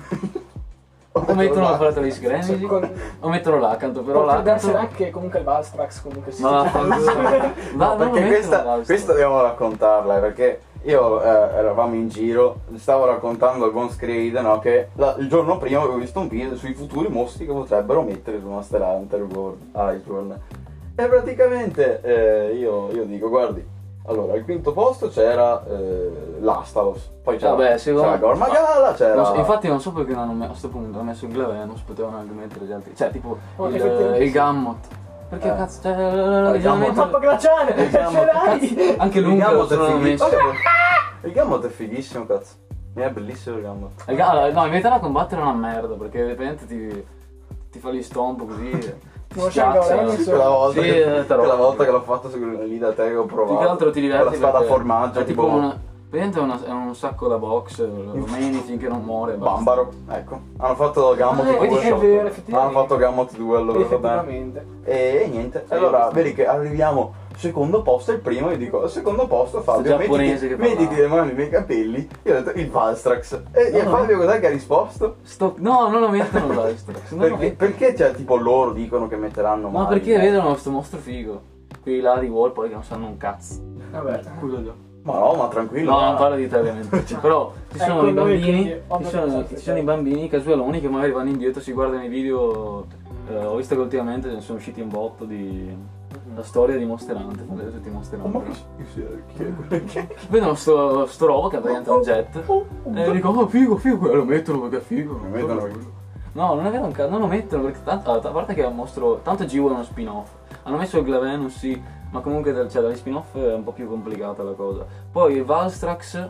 o mettono la Fatalist Scremisi, Con- o mettono l'accanto, però Potrebbe essere l'accanto. anche comunque il Valstrax comunque sì. Ma vaffanculo. No, No, perché questa, questa dobbiamo raccontarla, eh, perché io eh, eravamo in giro, stavo raccontando al buon Screed, no, che la- il giorno prima avevo visto un video sui futuri mostri che potrebbero mettere su Monster Hunter World, Iceborne. E praticamente eh, io, io dico, guardi, allora al quinto posto c'era eh, l'Astalos, poi c'era, Vabbè, secondo- c'era Gormagala, c'era... Non so, infatti non so perché non hanno messo, a questo punto hanno messo il Glavenus, potevano anche mettere gli altri. Cioè, tipo Oh, il, effettivamente il sì. Gammot. Perché Eh. cazzo, cioè, il il Gammot- Mappa glaciale, ce Gammot, l'hai? anche il l'Unca lo Gammot è sono messo. fighissimo. Il Gammot è fighissimo, cazzo. Mi è bellissimo il Gammot. Il Ga- allora, no, in verità la combattere è una merda, perché dipende ti, ti fa gli stomp così. Ti Non c'è schiaccia. Galenus. Sì, quella volta, Sì, che, eh, però- quella volta che l'ho fatto su, lì da te che ho provato. Più che altro ti diverti con la spada a perché formaggio, è tipo tipo una, praticamente è, una- è un sacco da box, lo meni finché non muore. basta. Bambaro, ecco. Hanno fatto Gammot Ah, è- due. è vero, Hanno effettivamente. fatto Gammot due, allora va bene. Effettivamente. E, e niente, Sì, allora sì. vedi che arriviamo secondo posto, il primo, io dico, al secondo posto Fabio, giapponese mettiti, che mettiti parlava. le mani nei capelli, io ho detto il Valstrax. E, e No, Fabio cos'è che ha risposto? Sto- no, non lo mettono là, sto- non lo Perché, mettono. perché cioè, tipo loro dicono che metteranno Ma mani, perché eh? vedono sto mostro figo? Quelli là di Warpole che non sanno un cazzo. Vabbè. Ma no, ma tranquillo. No, ma- non parlo di te ovviamente. Però ci sono Ecco, i noi bambini, quindi, ci ovvio sono, che ci sono i bambini casualoni che magari vanno indietro, si guardano i video. eh, ho visto che ultimamente ne sono usciti un botto di la storia di Monster Hunter, fanno vedere tutti i Monster Oh, ma Hunter. che, che, che, Vedono sto, sto robo che praticamente è un jet e dicono oh figo figo, lo mettono perché è figo. Mi mettono- No, non è vero un cazzo, non lo mettono perché tanto, allora, a parte che è un mostro, tanto G uno è uno spin-off. Hanno messo il Glavenus sì, ma comunque dal- cioè, dagli spin-off è un po' più complicata la cosa. Poi il Valstrax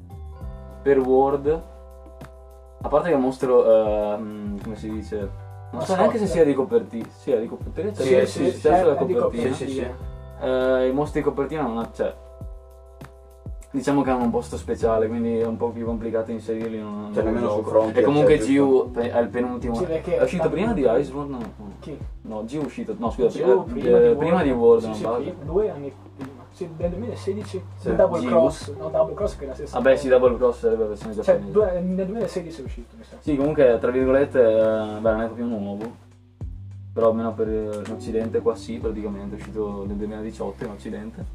per World, a parte che è un mostro, ehm, come si dice, non so Mascotte. neanche se sia di copertina. Sì, è di copertina. Sì, C'è- sì, c'è sì, sulla è di copertina. Sì, sì, sì. Eh, I mostri di copertina non ha, cioè, diciamo che hanno un posto speciale, quindi è un po' più complicato inserirli in un Cioè, nuovo nemmeno gioco. su Frontier E comunque c'è, G U pe- è il penultimo. Sì, perché- è uscito prima di Iceborne? No, Chi? no, G U è uscito. No, scusa, Giù, prima, eh, prima di World. Sì, non sì, vale. prima, due anni prima. Sì, nel duemilasedici. Sì. Il Double Giù. Cross. No, Double Cross che è la stessa. Vabbè, sì, Double Cross sarebbe la versione Cioè, giapponese. due- nel duemilasedici è uscito, mi sa. Sì, comunque, tra virgolette, eh, beh, non è proprio nuovo. Però almeno per eh, in Occidente qua sì, praticamente, è uscito nel duemiladiciotto in Occidente.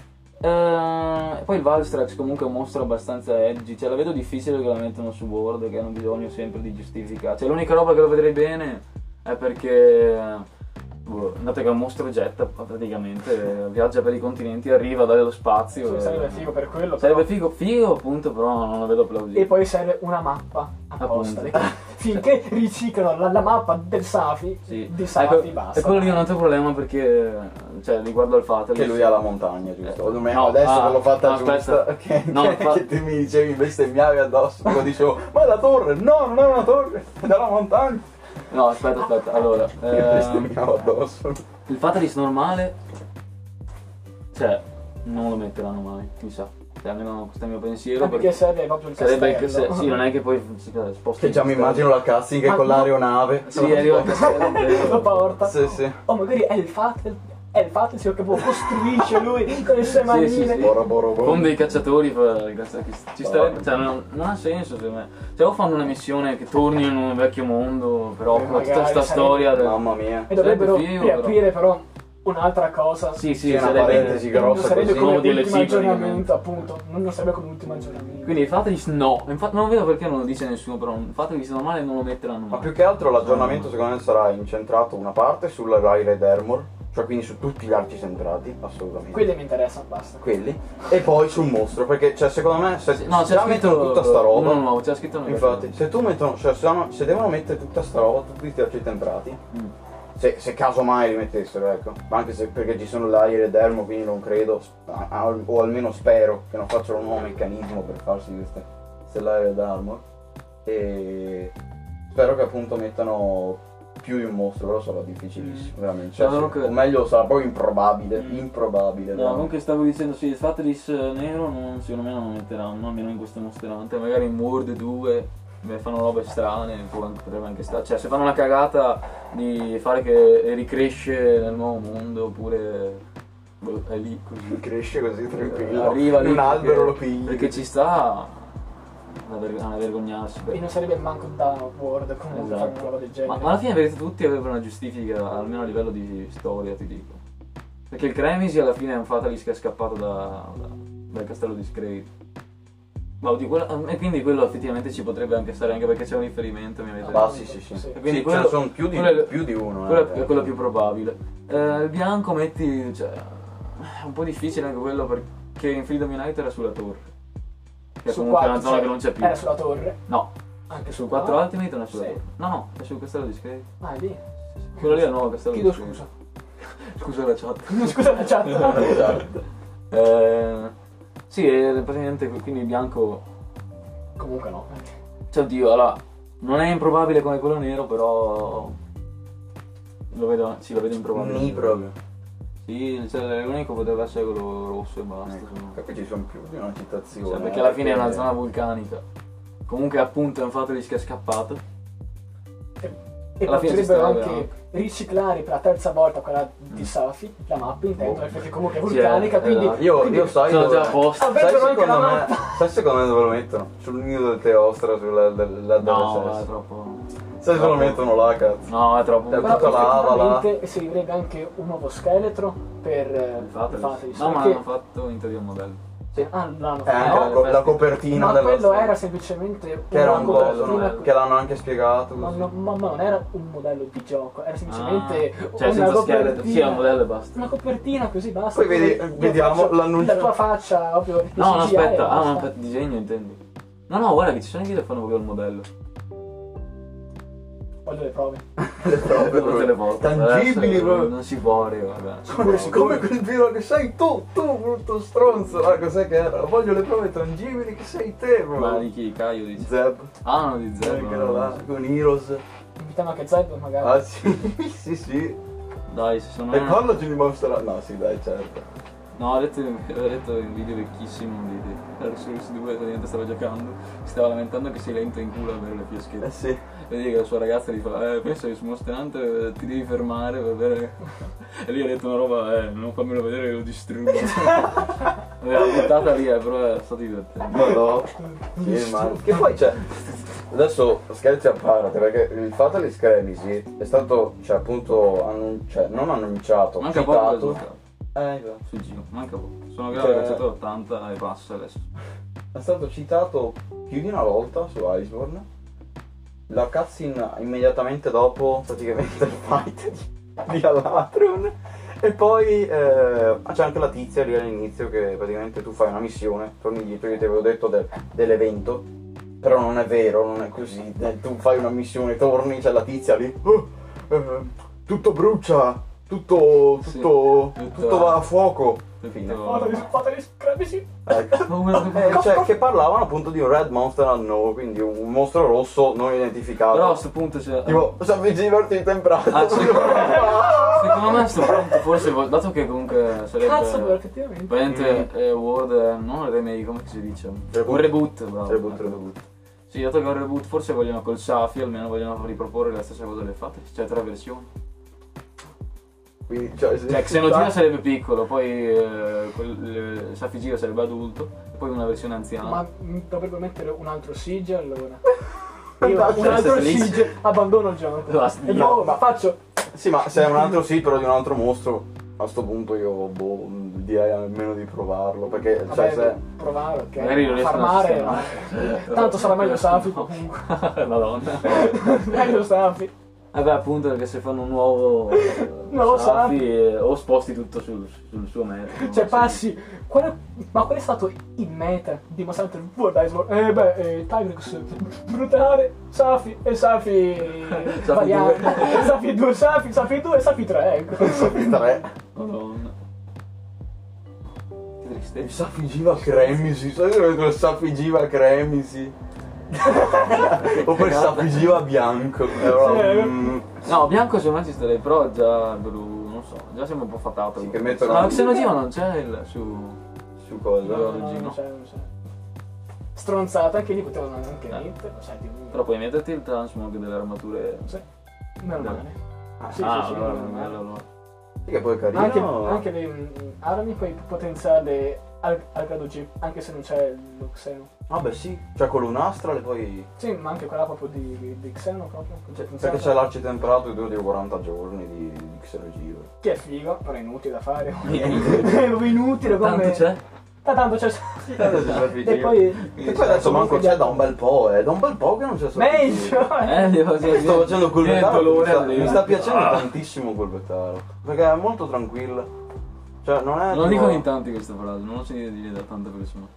Eh, poi il Valstrax comunque è un mostro abbastanza edgy, cioè la vedo difficile che la mettano su board, che hanno bisogno sempre di giustificare. Cioè l'unica roba che lo vedrei bene è perché, boh, dato che è un mostro jet praticamente, eh, viaggia per i continenti, arriva dallo spazio. Sì, e- sarebbe figo per quello. Sarebbe però. figo, figo appunto, però non lo vedo plausibile. E poi serve una mappa apposta. Appunto. perché Finché riciclano la, la mappa del Safi, Sì. di Safi, Ecco, basta. e quello lì è un altro problema perché, cioè, riguardo al fatto Che lui ha la montagna, giusto? Eh, Me- no, adesso ah, che l'ho fatta no, aspetta. giusta, che, No, che, fa- che te mi dicevi, bestemmiavi addosso, poi dicevo, ma è la torre! No, non è una torre, è dalla montagna! No, aspetta, aspetta, allora, Io ehm, bestemmiavo addosso. il Fatalist normale, cioè, non lo metteranno mai, mi sa. Cioè, almeno questo è il mio pensiero. Ah, perché serve proprio il sarebbe castello. che se- sì, non è che poi si sposta. Che già mi immagino la cutscene Ah, con no. l'aeronave. Sì, arriva il castello. La porta. Sì, sì. Oh, magari è il Fatel. È il Fatel, sì, che poi costruisce lui con le sue Sì, manine. sì, sì. Boro, boro, boro. Con dei cacciatori fa- ci starebbe, cioè, non, non ha senso secondo me. Cioè o fanno una missione che torni in un vecchio mondo, però Eh, con tutta magari sta sarebbe- storia del- Mamma mia. E dovrebbero Sarebbe figo, però. riaprire però un'altra cosa. Sì, sì, Sì, una sarebbe- parentesi Non grossa sarebbe così. come Nuovo D L C l'ultimo aggiornamento, praticamente. appunto. Non, non sarebbe come l'ultimo aggiornamento. Quindi il Fatalist no, infatti non vedo perché non lo dice nessuno, però il Fatalist normale non lo metteranno mai. Ma più che altro l'aggiornamento secondo me sarà incentrato una parte sulla Rai Red Armor, cioè quindi su tutti gli archi centrati, assolutamente. Quelli mi interessano, basta. Quelli. E poi sul mostro, perché cioè secondo me se, No, se c'è già mettono scritto tutta sta roba. uno nuovo, c'è scritto una Infatti, se tu mettono, cioè se, hanno- se devono mettere tutta sta roba, tutti questi archi temprati, Mm. se, se caso mai li mettessero, ecco. Ma anche se perché ci sono l'aria ed Dermo, quindi non credo, a- a- o almeno spero che non facciano un nuovo meccanismo per farsi queste stellare ed armor. E spero che appunto mettano più di un mostro, però sarà difficilissimo, veramente. Cioè, No, se- comunque- o meglio sarà proprio improbabile, Mm. improbabile. No, veramente. comunque stavo dicendo, sì, il Fatalis nero non, secondo me non lo metteranno, almeno in questo mostrante, magari in World due beh, fanno robe strane, può anche- potrebbe anche stare, cioè se fanno la cagata di fare che ricresce nel nuovo mondo, oppure boh, è lì così, Cresce così tranquillo, arriva lì un perché- albero lo pigli. perché ci sta da ver- a vergognarsi. E non sarebbe manco da Word comunque Esatto. fare una roba del Ma, genere. ma alla fine vedete tutti avevano una giustifica, almeno a livello di storia ti dico. Perché il Cremisi alla fine è un Fatalis che è scappato da, da- dal castello di Scrade. Ma oddio, quello- e quindi quello effettivamente ci potrebbe anche stare, anche perché c'è un riferimento, mi avete Ah, detto. sì, sì, sì. Sì. Sì, Quindi ce quello- ne sono più di, quello è- più di uno. Quello eh. è quello più probabile. Eh, il bianco metti, cioè, è un po' difficile anche quello perché in Freedom Unite era sulla torre. Che è Su comunque quattro, una zona cioè, che non c'è più. Era sulla torre. No, Anche sul quattro no? Ultimate non è sulla Sì. torre. No, no, è sul castello di Scrade. Ah, è lì. Quello lì è il nuovo castello Chiedo di Scrade. scusa. Scusa la chat. Scusa la chat. Esatto. Eh, sì, è praticamente quindi il bianco. Comunque no. Cioè, oddio, allora, non è improbabile come quello nero, però. Lo vedo, sì, lo vedo improbabile. Ni proprio. Sì, cioè, l'unico potrebbe essere quello rosso e basta. Ecco. insomma. E poi ci sono più di una citazione. Cioè, perché eh, alla fine è una zona vulcanica. Comunque, appunto, è un Fatalis che è scappato. E Alla fine ci potrebbero stava, anche riciclare per la terza volta quella di Safi, la mappa intendo, Oh. perché comunque è Sì, vulcanica, eh, quindi... esatto. Io, quindi- io sai Sono dove... già a posto. Ah, beh, Sai però anche secondo la me, mappa. sai secondo me dove lo mettono? Sul nido del Teostra, sulla del, No, della è troppo. Sai se lo mettono là, cazzo. No, è troppo. È Però tutta lava, là. effettivamente servirebbe anche un nuovo scheletro per eh, Il Fatalis. Fatalis, No, ma perché- hanno fatto in teoria un modello. Ah, l'hanno È anche fatto. la, co- la copertina Ma della quello storia. era semplicemente Che era una un copertina coso, no? che l'hanno anche spiegato. Ma, così. no- ma- ma non era un modello di gioco, era semplicemente Ah, cioè, una senza scheletro. copertina. Sì, è un modello e basta. Una copertina così basta. Poi vedi- Io vediamo faccio l'annuncio. La tua faccia proprio. di No, no, C G I e aspetta, ah, basta. no, aspetta, disegno intendi. No, no, guarda che ci sono anche che fanno proprio il modello. Voglio le prove. Le prove Tutte le volte. tangibili Adesso proprio. Non si può, raga, vabbè. Come, come quel vino che sei tu, tu brutto stronzo. Ah, cos'è che era? Voglio le prove tangibili che sei te, bro. Ma di chi? Caio dici? Zeb. Ah, no, di Zeb. Che era là, con Heroes. Invitiamo anche Zeb magari. Ah sì, sì sì. Dai, se sono... E parlaci di Monster. No, sì, dai, certo. No, ho detto, ho detto in un video vecchissimo di Dark Souls due, praticamente stava giocando, si stava lamentando che si lenta in culo a avere le Eh fiaschette. sì. Vedi che la sua ragazza gli fa, eh, penso che su Monster Hunter ti devi fermare per avere... E lui ha detto una roba, eh, non fammelo vedere che lo distruggo. L'aveva buttata lì, eh, però è stato divertente. Ma no. Sì, ma... Che poi c'è... Adesso scherzi a parte, perché il Fatalis Cremisi è stato, cioè appunto, annun- cioè, non annunciato, Manca poco da citato. giocare. Eh, esatto. Sul giro, manca poco. Sono Cioè- grave che ottanta e passa adesso. È stato citato più di una volta su Iceborne. La cutscene immediatamente dopo praticamente il fight di, di Alatron. E poi eh, c'è anche la tizia lì all'inizio che praticamente tu fai una missione, torni indietro, io ti avevo detto del- dell'evento, però non è vero, non è così. Eh, tu fai una missione, torni, c'è la tizia lì, "Oh, eh, tutto brucia, tutto, Sì. tutto, Tutto- tutto va a fuoco. Tutto- Fine. Fatalis, Fatalis, Cremisi. Ecco. Eh, cioè, che parlavano appunto di un Red Monster Unknown, quindi un mostro rosso non identificato. Però a sto punto c'è... Tipo, si avvicina in temprato. Ah, sì. Secondo me a sto punto forse, vo- dato che comunque sarebbe... Cazzo, però, effettivamente. Praticamente è World, eh, non un remake, come si dice? Reboot. Un reboot, bravo. Reboot, reboot. Sì, dato che è un reboot forse vogliono col Safi, almeno vogliono riproporre la stessa cosa del Fatalis, cioè tre versioni. Quindi, cioè, se- Cioè Xenogira sarebbe piccolo, poi eh, quel, eh, Safi Gira sarebbe adulto, e poi una versione anziana. Ma mm, dovrebbe mettere un altro Siege allora. Dai, Io un altro felice. Siege, abbandono il gioco. Basta. E No, io ma- faccio. Sì, ma se è un altro sì, però di un altro mostro, a sto punto io boh, direi almeno di provarlo. Perché, cioè, Vabbè, se. provare, ok. Magari lo riescono a Farmare. sistemare. Tanto sarà meglio Safi No. comunque. Madonna. Meglio Safi. Eh beh, appunto, perché se fanno un nuovo Nuovo Safi, Safi. eh, o sposti tutto sul, sul suo metodo. Cioè no? passi, qual è- ma qual è stato il meta dimostrante il World Ice World? Eh beh, eh, Tigrex brutale, Safi e Safi variante, Safi due, Safi, Safi due e Safi tre, ecco. Tre. Madonna. Che Il tristezza. Safi Giva Cremisi, sai che il Safi Giva Cremisi? O per Safi Giva bianco. Allora, Sì. mm, No, bianco secondo me ci starei, però già blu, non so, già siamo un po' fatato. Sì, che mettono- Ma Xenogiva non c'è il su... su cosa? No, no, Oggi non no. c'è, non c'è. Stronzata, anche lì potevano anche Eh. mettere, sai, tipo, Però puoi metterti il transmog delle armature... sì, normale. Ah, Sì, ah, sì, sì, allora, normale. bello, allora. Sì, che poi è carino. Anche, anche le mm, armi puoi potenziarle al, al grado G, anche se non c'è lo Xeno. Vabbè sì, cioè con l'unastra le poi... Sì, ma anche quella proprio di, di Xeno proprio. Cioè, potenziata. perché c'è l'arci temperato che dura tipo quaranta giorni di, di Xenogiva. Che è figo, però è inutile da fare. È proprio inutile come... Tanto c'è? Ah, tanto c'è... E E poi... E poi adesso manco c'è da un bel po', eh. Da un bel po' che non c'è solo. Meglio! Eh, devo dire, Sto facendo quel viene il vetaro, mi dolore sta, alle- mi sta piacendo Ah. tantissimo quel vetaro. Perché è molto tranquillo. Cioè non è. Non lo tipo- dicono in tanti questa frase, non lo sentite dire da tante persone.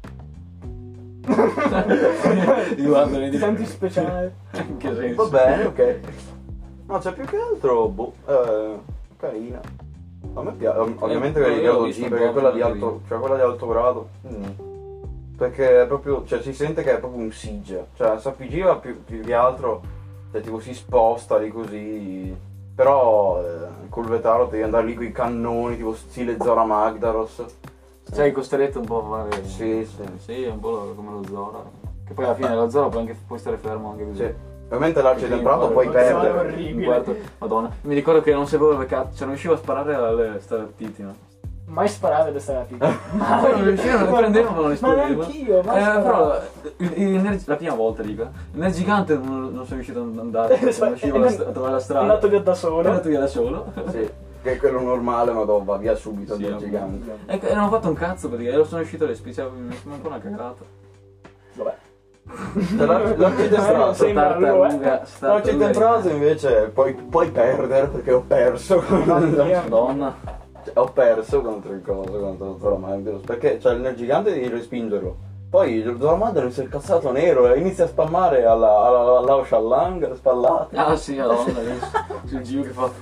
Ti guardano e Ti dici- senti speciale. In che senso? Va bene, ok. No, c'è più che altro, boh, eh, carina. A me piace, ovviamente Eh, quella di io l'ho grado vista G, un perché po', quella di ma alto, cioè quella di alto grado, mm. Perché è proprio, cioè si sente che è proprio un siege. Cioè S P G va più, più che altro, cioè tipo si sposta lì così. Però eh, col vetaro devi andare lì con i cannoni, tipo stile Zora Magdaros. Sei costretto un po' a fare... Sì, sì. Sì, è un po' lo- come lo Zora. Che poi alla fine lo Zora puoi anche puoi stare fermo anche così. Sì. Ovviamente l'arci Sì, temperato sì, puoi sì, perdere. sì, Un orribile. quarto. Madonna. Mi ricordo che non sapevo dove cazzo, cioè non riuscivo a sparare alle stalattiti, no? Mai sparato ad essere la Ma non riuscivo, non le prendevo, ma non le Ma esplodevo. neanch'io, mai Eh, sparato. però il- il- nel- la prima volta dico, nel gigante non, non sono riuscito ad andare, non riuscivo a, st- a trovare la È strada. andato via da È solo. andato via da solo. Sì, che è quello normale, ma dopo va via subito Sì, dal appunto. gigante. Ecco, e non ho fatto un cazzo perché ero sono uscito alle specie, mi sembra un po' una cagata. Vabbè. Cioè, l'arci l'arci Eh, temperato. sembra lui, Tartaruga, L'arci tartaruga. temperato invece puoi, puoi perdere perché ho perso. Madonna. Cioè, ho perso contro il coso, contro Zora Magdaros. Perché cioè, nel gigante devi respingerlo. Poi Zora Magdaros si è incazzato nero e inizia a spammare alla, alla, alla Shallang, spallate. Ah sì, madonna, lì, sul giro che fa...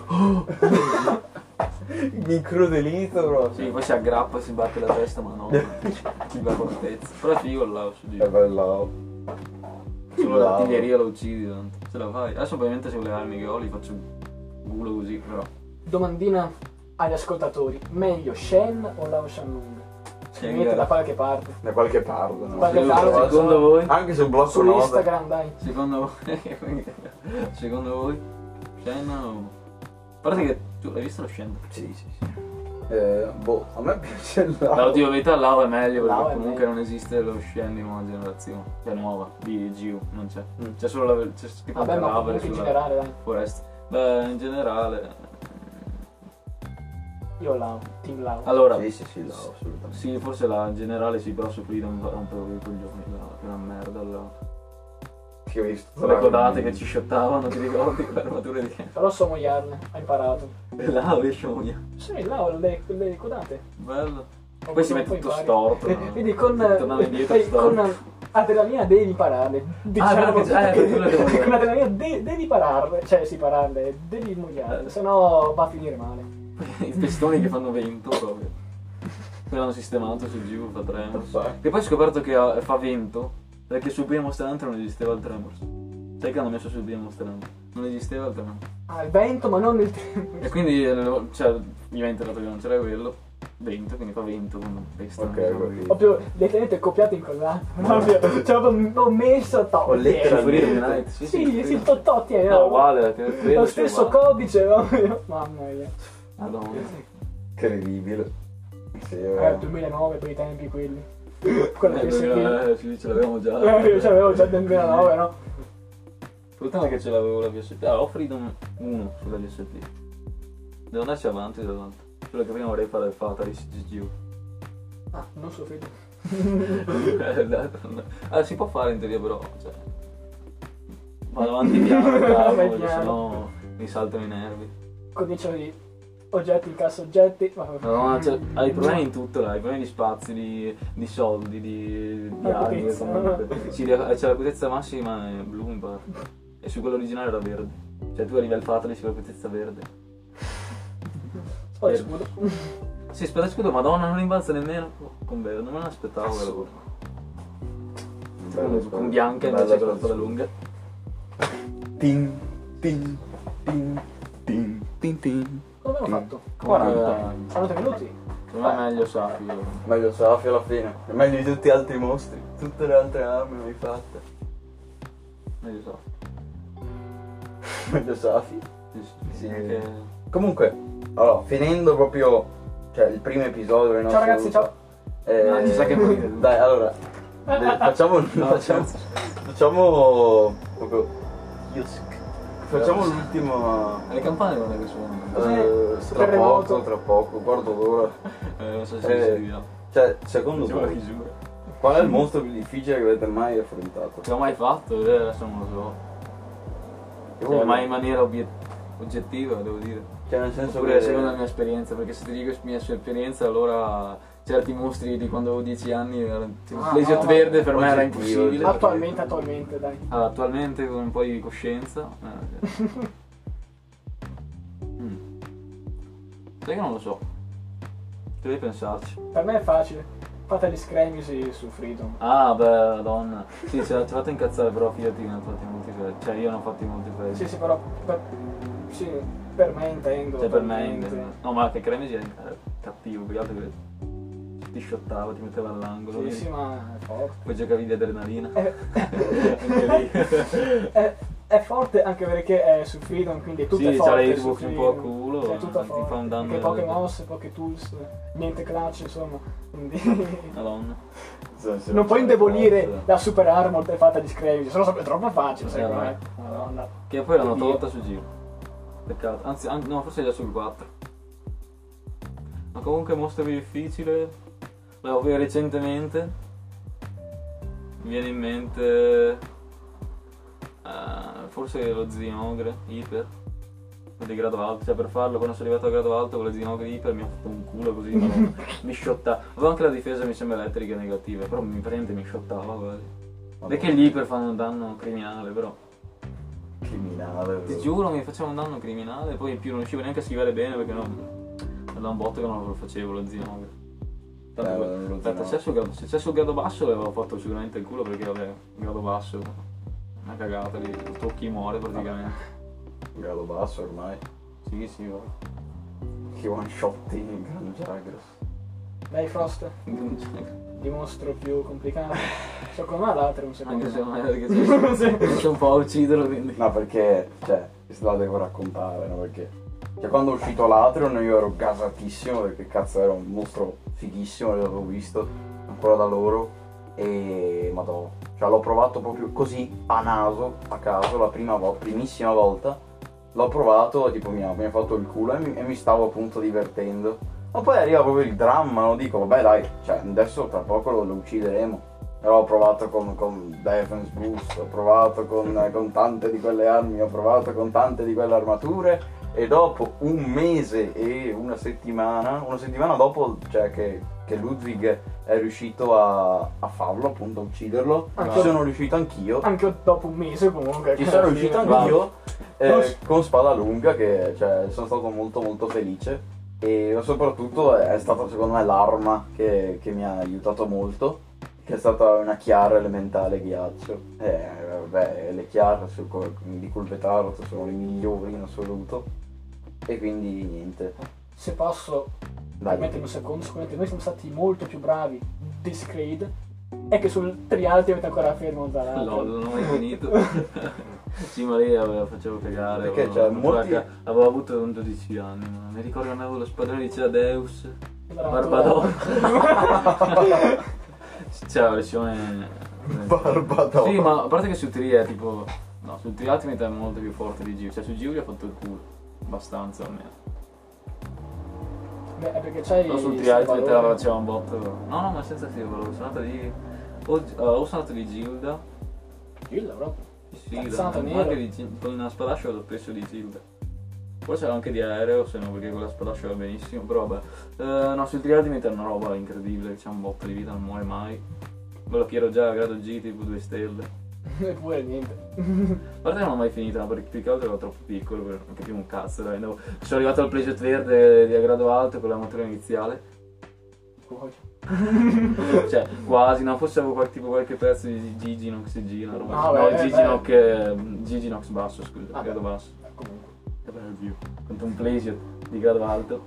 Mi incrudelito proprio. Sì, poi si aggrappa e si batte la testa, ma no, ti va fortezza. Però è figo il lao su È giro. bello. Solo l'artiglieria lo uccidi, tanto. Se la fai. Adesso ovviamente sulle armi che ho li faccio culo così, però. Domandina agli ascoltatori. Meglio Shen o Lao Shannon? Scrivete da qualche parte. Da qualche parte, no? Qualche Secondo- parte. secondo voi? Anche sul blocco Su nove. Instagram, dai. Secondo voi? Secondo voi? Scena o... A parte che tu l'hai visto lo scena? Sì, sì, sì. Eh, boh, a me piace il La lago. oddio verità Lao è meglio perché Lao è comunque meglio. non esiste lo scena di nuova generazione. Cioè nuova, di G U, non c'è. Mm. C'è solo la c'è tipo un Vabbè, ma cadavere comunque in sulla generale, dai. foresta. Beh, in generale. Io Lao, Team Lao. Allora, Sì, sì, sì, no, assolutamente. sì, forse la in generale sì, però su Freedom rompevo i coglioni, là, che una merda là. Ti ho visto. Con le codate che ci shottavano, ti ricordi? Le armature di... Però so mogliarle, hai imparato. E là riesce a mogliare. Sì, Lao, le, le codate. Bello. O Poi si non mette puoi tutto fare. storto. E- no? Vedi, con, Tornare indietro poi storto. con adrenalina devi impararle. Diciamo vero che- eh, quello devo dire. con adrenalina de- devi pararle, cioè sì, pararle, devi mogliarle, Eh. sennò va a finire male. I pistoni che fanno vento proprio. Poi l'hanno sistemato sul G U, fa Tremors. Perfetto. E poi ho scoperto che ha- fa vento perché sul primo Monster Hunter non esisteva il Tremors. Sai che hanno messo sul primo Monster Hunter? Non esisteva il Tremors. Ah, il vento, ma non il E quindi, eh, cioè, mi ha interato che non c'era quello. Vento, quindi fa vento con pesta. Ok, non so. capito. proprio letteralmente copiato e incollato. Proprio, cioè proprio l'ho messo to, Ho letto Su tieni. Freedom Unite, sì, Sì, sì, sì, to, to, tieni, No, uguale, che credo lo sia stesso uguale. codice, proprio. Mamma mia. Madonna. Incredibile. Sì, Eh, eh. duemilanove per i tempi quelli. Quella Eh, P S P. eh, sì, ce l'avevamo già. Eh, io ce l'avevo già nel duemilanove, no? Puttana che ce l'avevo la P S P. Ah, ho Freedom uno sulla P S P. Devo andarci avanti e davanti. Solo che prima vorrei fare il Fatalis G G U. Ah, non so figlio. Eh, dai, ah, si può fare in teoria però, cioè. vado avanti piano, calmo, Vai perché piano. sennò mi saltano i nervi. Comincio di oggetti, incassa oggetti. Ma... Madonna, cioè, hai problemi in tutto, là, hai problemi di spazi, di, di soldi, di, di armi. Acutezza. comunque. Sì, c'è l'acutezza massima è blu in parte. E su quello originale era verde. Cioè tu arrivi al Fatalist con l'acutezza verde. Poi scudo. Sì, spada e scudo, madonna, non rimbalza nemmeno. Con verde, non me l'aspettavo quello. Con, con bianca invece con la spada lunga. Tin, tin, tin, tin, tin, tin. Come abbiamo fatto? quaranta. quaranta minuti? Non è meglio Safi. Meglio Safi alla fine. È meglio di tutti gli altri mostri. Tutte le altre armi mai fatte. Meglio Safi. Meglio Safi. Sì, sì. Sì. Anche... Comunque, allora, finendo proprio, cioè il primo episodio in Ciao ragazzi, ciao. Eh, No, ci sa che morire. Dai, allora, de- facciamo, facciamo, facciamo, proprio, io sc- facciamo l'ultimo, Le campane non è che suonano. eh, tra Terremoto. poco, tra poco, guardo l'ora. Eh, non so se Eh, si arriviamo. Cioè, secondo Facciamo la voi, chiusura. qual è il mostro più difficile che avete mai affrontato? Che ho mai fatto? Eh, adesso non lo so. Io Cioè, voglio- mai in maniera obiet- oggettiva, devo dire. Cioè, nel senso Oppure che... secondo la mia esperienza, perché se ti dico la mia sua esperienza, allora certi mostri di quando avevo dieci anni, erano- tipo Ah, Legion no, verde per me era oggettivo, impossibile. oggettivo. Attualmente, attualmente, dai. Allora, attualmente con un po' di coscienza. eh, sì. Mm. Sai che non lo so. Devi pensarci. Per me è facile. Fate gli scremisi su Freedom. Ah, beh, donna. Sì, ci ha ci ha fatto incazzare, però fidati che ne ho fatti molti freddi. Cioè, io ne ho fatti molti freddi. Sì, sì, però per, sì, per me intendo. Cioè, per me totalmente. intendo. No, ma che Cremisi è eh, cattivo, perché altro che ti shottava, ti metteva all'angolo. Sì, vedi? sì, ma è forte. Poi giocavi di adrenalina. È, Anche lì. è, è forte anche perché è su Freedom, quindi tutto Sì, è c'ha forte. le su hitbox un po' a Freedom. culo, Cioè, tutto ti forte. fa un danno Anche poche veramente. mosse, poche tools, niente clutch, insomma. Quindi Madonna. Sì, sì, non puoi indebolire forza. la super armor e fatta di scremisi, se no è troppo facile, Eh, secondo vai. me. Madonna. Che poi l'hanno Che tolta su giro. Peccato. Anzi, an- no, forse già sul quattro. Ma comunque mostro più difficile. L'avevo visto recentemente. Mi viene in mente. eh, forse lo Zinogre Iper. Di grado alto. Cioè per farlo quando sono arrivato a grado alto con le Zinogre Iper mi ha fatto un culo così. Ma non- mi sciottava. Avevo anche la difesa mi sembra elettrica negativa. Però mi prende mi sciottava quasi. Perché gli Iper fanno un danno criminale però. Criminale. Ti giuro mi faceva un danno criminale, poi in più non riuscivo neanche a schivare bene perché no, da un botto che non lo facevo lo Zinogre. Tanto Eh, poi- lo aspetta, Zinogre. se c'è sul grado, se c'è sul grado basso l'avevo fatto sicuramente il culo perché vabbè, grado basso, una cagata lì, lo tocchi muore praticamente. Grado basso ormai. Sì, sì, vabbè. Che one shot in Gran Jagras. Dai Frost, dimostro più complicato. Secondo me l'altro un secondo. Anche se non è perché c'è c'è un po' a ucciderlo quindi. No, perché, cioè, questa la devo raccontare, no? Perché, cioè, quando è uscito l'Atreon io ero gasatissimo, perché cazzo era un mostro fighissimo, l'avevo visto, ancora da loro, e madò, cioè l'ho provato proprio così, a naso, a caso, la prima volta, primissima volta, l'ho provato, tipo mi ha, mi ha fatto il culo e mi, e mi stavo appunto divertendo. Ma poi arriva proprio il dramma, no? Dico, vabbè dai, cioè, adesso tra poco lo, lo uccideremo. Però ho provato con, con Defense Boost, ho provato con, con tante di quelle armi, ho provato con tante di quelle armature e dopo un mese e una settimana, una settimana dopo, cioè che, che Ludwig è riuscito a, a farlo, appunto a ucciderlo, Anche ci io. sono riuscito anch'io, Anche dopo un mese comunque. ci sono riuscito Alla fine. anch'io Non eh, s- con spada lunga, che cioè, sono stato molto molto felice e soprattutto è stata secondo me l'arma che, che mi ha aiutato molto, che è stata una chiara elementale ghiaccio. Eh, vabbè, le chiare sul co- di Culpetarot sono le migliori in assoluto. E quindi niente. Se posso Dai. permettermi un secondo, sicuramente noi siamo stati molto più bravi di Screed e che sul Trialti avete ancora fermo da là. Lol, non ho mai finito. Sì, ma lì avevo, facevo cagare. Perché, avevo, cioè, avevo molti- avuto- avevo avuto un dodici anni, ma mi ricordo che avevo lo spadrone di Ceadeus, Bravo. Barbador. C'è la versione. Barbador. Sì, ma a parte che su Tri è tipo. No, su Tri Ultimate è molto più forte di Gio. Cioè su Gio gli ha fatto il culo. Abbastanza almeno. Beh, è perché c'hai Però sul il Tri Ultimate la valore. faceva un botto. No, no, ma senza Silver, sono andato di. O, uh, o sono andato di Gilda. Gilda proprio. Sì, Cazzata, da, nero. anche di, con una spadascia vado spesso di Tilde. Forse anche di aereo, se no perché con la spadascia va benissimo, però vabbè. Eh, no, sul Ultimate è una roba incredibile, c'è un botto di vita, non muore mai. Me lo chiedo già a grado G, tipo due stelle. Eppure niente. A parte non l'ho mai finita, perché più che altro ero troppo piccolo, per non capivo un cazzo, dai. No. Sono arrivato al playset verde di a grado alto con la motore iniziale. Poi. Cioè, quasi, no, forse avevo qual- tipo qualche pezzo di Giginox G, una roba. Ah, no, beh, Giginox, eh, Giginox basso, scusa, Ah, grado beh. basso. Comunque. Che bello view. Con un playset di grado alto.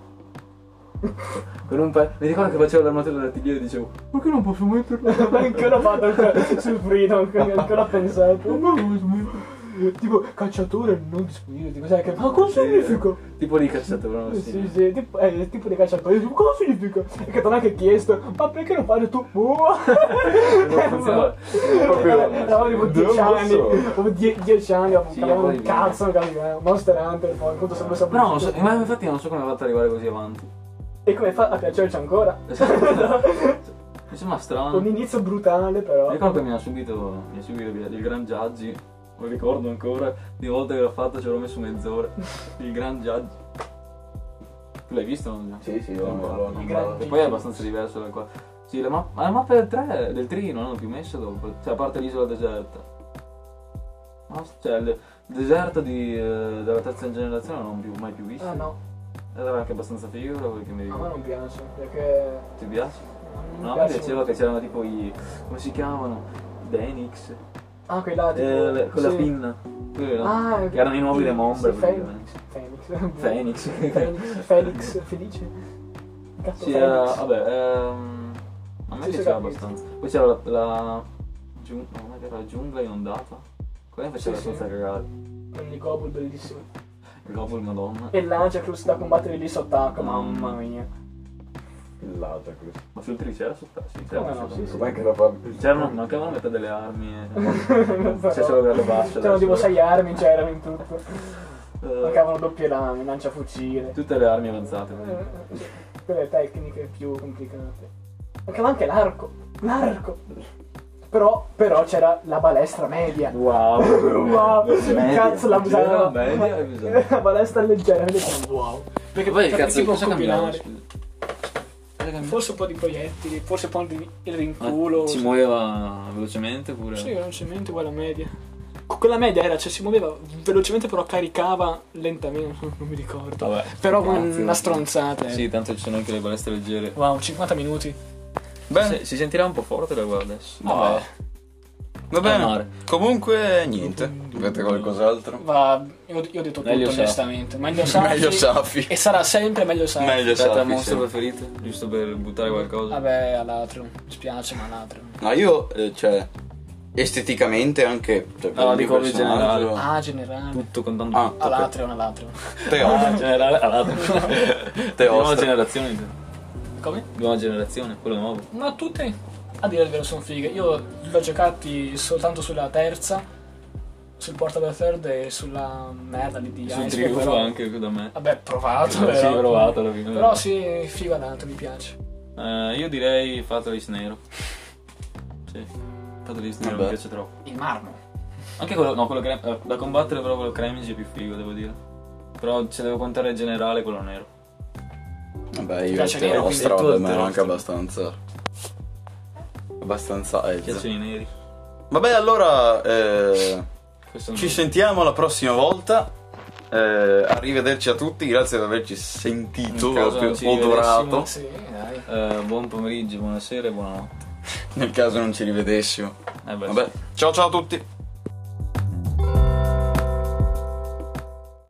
Con un pe- mi ricordo che facevo l'armatura dell'artiglieria e dicevo, perché non posso metterlo? Ma ancora fatto ancora sul Freedom, ancora pensato. Ma non posso metterlo? Tipo, cacciatore non disponibile, tipo, sai che. Ma cosa significa? Tipo di cacciatore, no? Sì, sì, sì, tipo, è il tipo di cacciatore, tipo, cosa significa? E che ti hanno anche chiesto, ma perché non fare tu? Boh! Non funziona. Proprio- Eravamo tipo dieci non lo anni, so. o die- dieci anni, Sì, avevamo poi- un cazzo, non capivo, eh, Monster Hunter, poi conto sempre sempre. Però non so, ma infatti non so come hai fatto ad arrivare così avanti. E come fa a piacerci ancora? Mi sembra strano. Un inizio brutale, però. Mi ricordo che mi ha subito, mi ha subito il Gran Judge, lo ricordo ancora, di volta che l'ho fatto ci avevo messo mezz'ora. Il Gran Judge. Tu l'hai visto? Non? Sì, sì, l'ho- Non l'ho- guardo. l'ho Il Gran guardato. E poi è abbastanza diverso da qua. Sì, le ma- ma le mappe del tre, del tre non hanno più messo dopo, cioè a parte l'isola deserta. No, cioè il deserto di, eh, della terza generazione non ho più, mai più visto. Ah no, Ed era anche abbastanza figo perché mi a me ricordo. non piace, perché. Ti piace? non No, a me piace piaceva molto. che c'erano tipo i. Come si chiamano? I Denix. Ah, quei là, tipo. Eh, le- con la sì. pinna. Quelli, no? Ah, che erano i nuovi sì, Demomber. sì, praticamente. Phoenix. Phoenix. Phoenix. Felix, felice. Gatto Sì, Felix. era, vabbè, ehm, a me Sì, sì, piaceva capito. abbastanza. Poi c'era la, la, giung- no, non era la giungla inondata. Quella mi faceva Sì, sì. senza cagare. Con i Gobble bellissimi. Il Gobble Madonna. E l'Angelus da combattere lì sott'acqua, Mm. mamma mia. Il Latacrus. Ma sul tri c'era sotto? Sì, c'era Come no, sotto. sì, sì. Com'è che la fa? C'erano, mancavano metà delle armi. E... Però- C'è solo grado basso. C'erano adesso. tipo sei armi, c'erano in tutto. Eh, Mancavano doppie lame, lanciafucile. tutte le armi avanzate. Eh, sì, quelle tecniche più complicate. Mancava anche l'arco. L'arco. Però, però c'era la balestra media. Wow. Wow, Media. cazzo la C'era usava. la media e usava. La balestra leggera, io dicevo, wow. Perché Poi perché cazzo, si può cosa cambiava? combinare. Scusa. Cosa cambiava? Forse un po' di proiettili, forse poi il il Ma rinculo. si muoveva velocemente pure? Sì, velocemente uguale a media. Quella media era, cioè si muoveva velocemente però caricava lentamente, non mi ricordo. Vabbè. Però Cazzo, una stronzata. eh. Sì, tanto ci sono anche le balestre leggere. Wow, cinquanta minuti. Bene, Si, si sentirà un po' forte da qua adesso. Vabbè. va Al bene. mare. Comunque, niente. Avete qualcos'altro? Va, io, io ho detto tutto Meglio Saffi. onestamente. Meglio Saffi. Meglio Saffi. E sarà sempre meglio Saffi. Meglio Aspetta, Saffi, mostro sì. preferito? Giusto per buttare qualcosa. Vabbè, all'Atrium. Mi spiace, ma all'Atrium. No, io, eh, cioè, esteticamente anche. Cioè, per No, il dico in personaggio- generale. Ah, generale. Tutto con tanto. Ah, All'Atrium, all'Atrium. Teo, Ah, generale, all'altro. Teo, Nuova ostra. generazione. Come? Nuova generazione, quello nuovo. Ma tutte, a dire il vero, sono fighe. Io li ho giocati soltanto sulla terza, sul Portable Third e sulla merda lì di Sul Ice, triunfo però- anche da me. Vabbè, provato. Sì, però. provato alla fine. Però sì, figo tanto, mi piace. Eh, io direi Fatalis nero. Sì. Fatalis nero mi Vabbè. piace troppo. Il marmo. Anche quello, no, quello crem- eh, da combattere però quello Cremigi è più figo, devo dire. Però se devo contare il generale, quello nero. Vabbè, Ti io piace Teo, nero, ostra, quindi vabbè, tu- ma ero tu- anche abbastanza. Abbastanza Mi edge. piacciono i neri. Vabbè, allora. eh, Questo Ci non- sentiamo la prossima volta. Eh, arrivederci a tutti, grazie per averci sentito, In caso più non ci odorato. Sì, dai. Eh, buon pomeriggio, buonasera e buonanotte. Nel caso non ci rivedessimo. Eh beh, Vabbè, ciao ciao a tutti.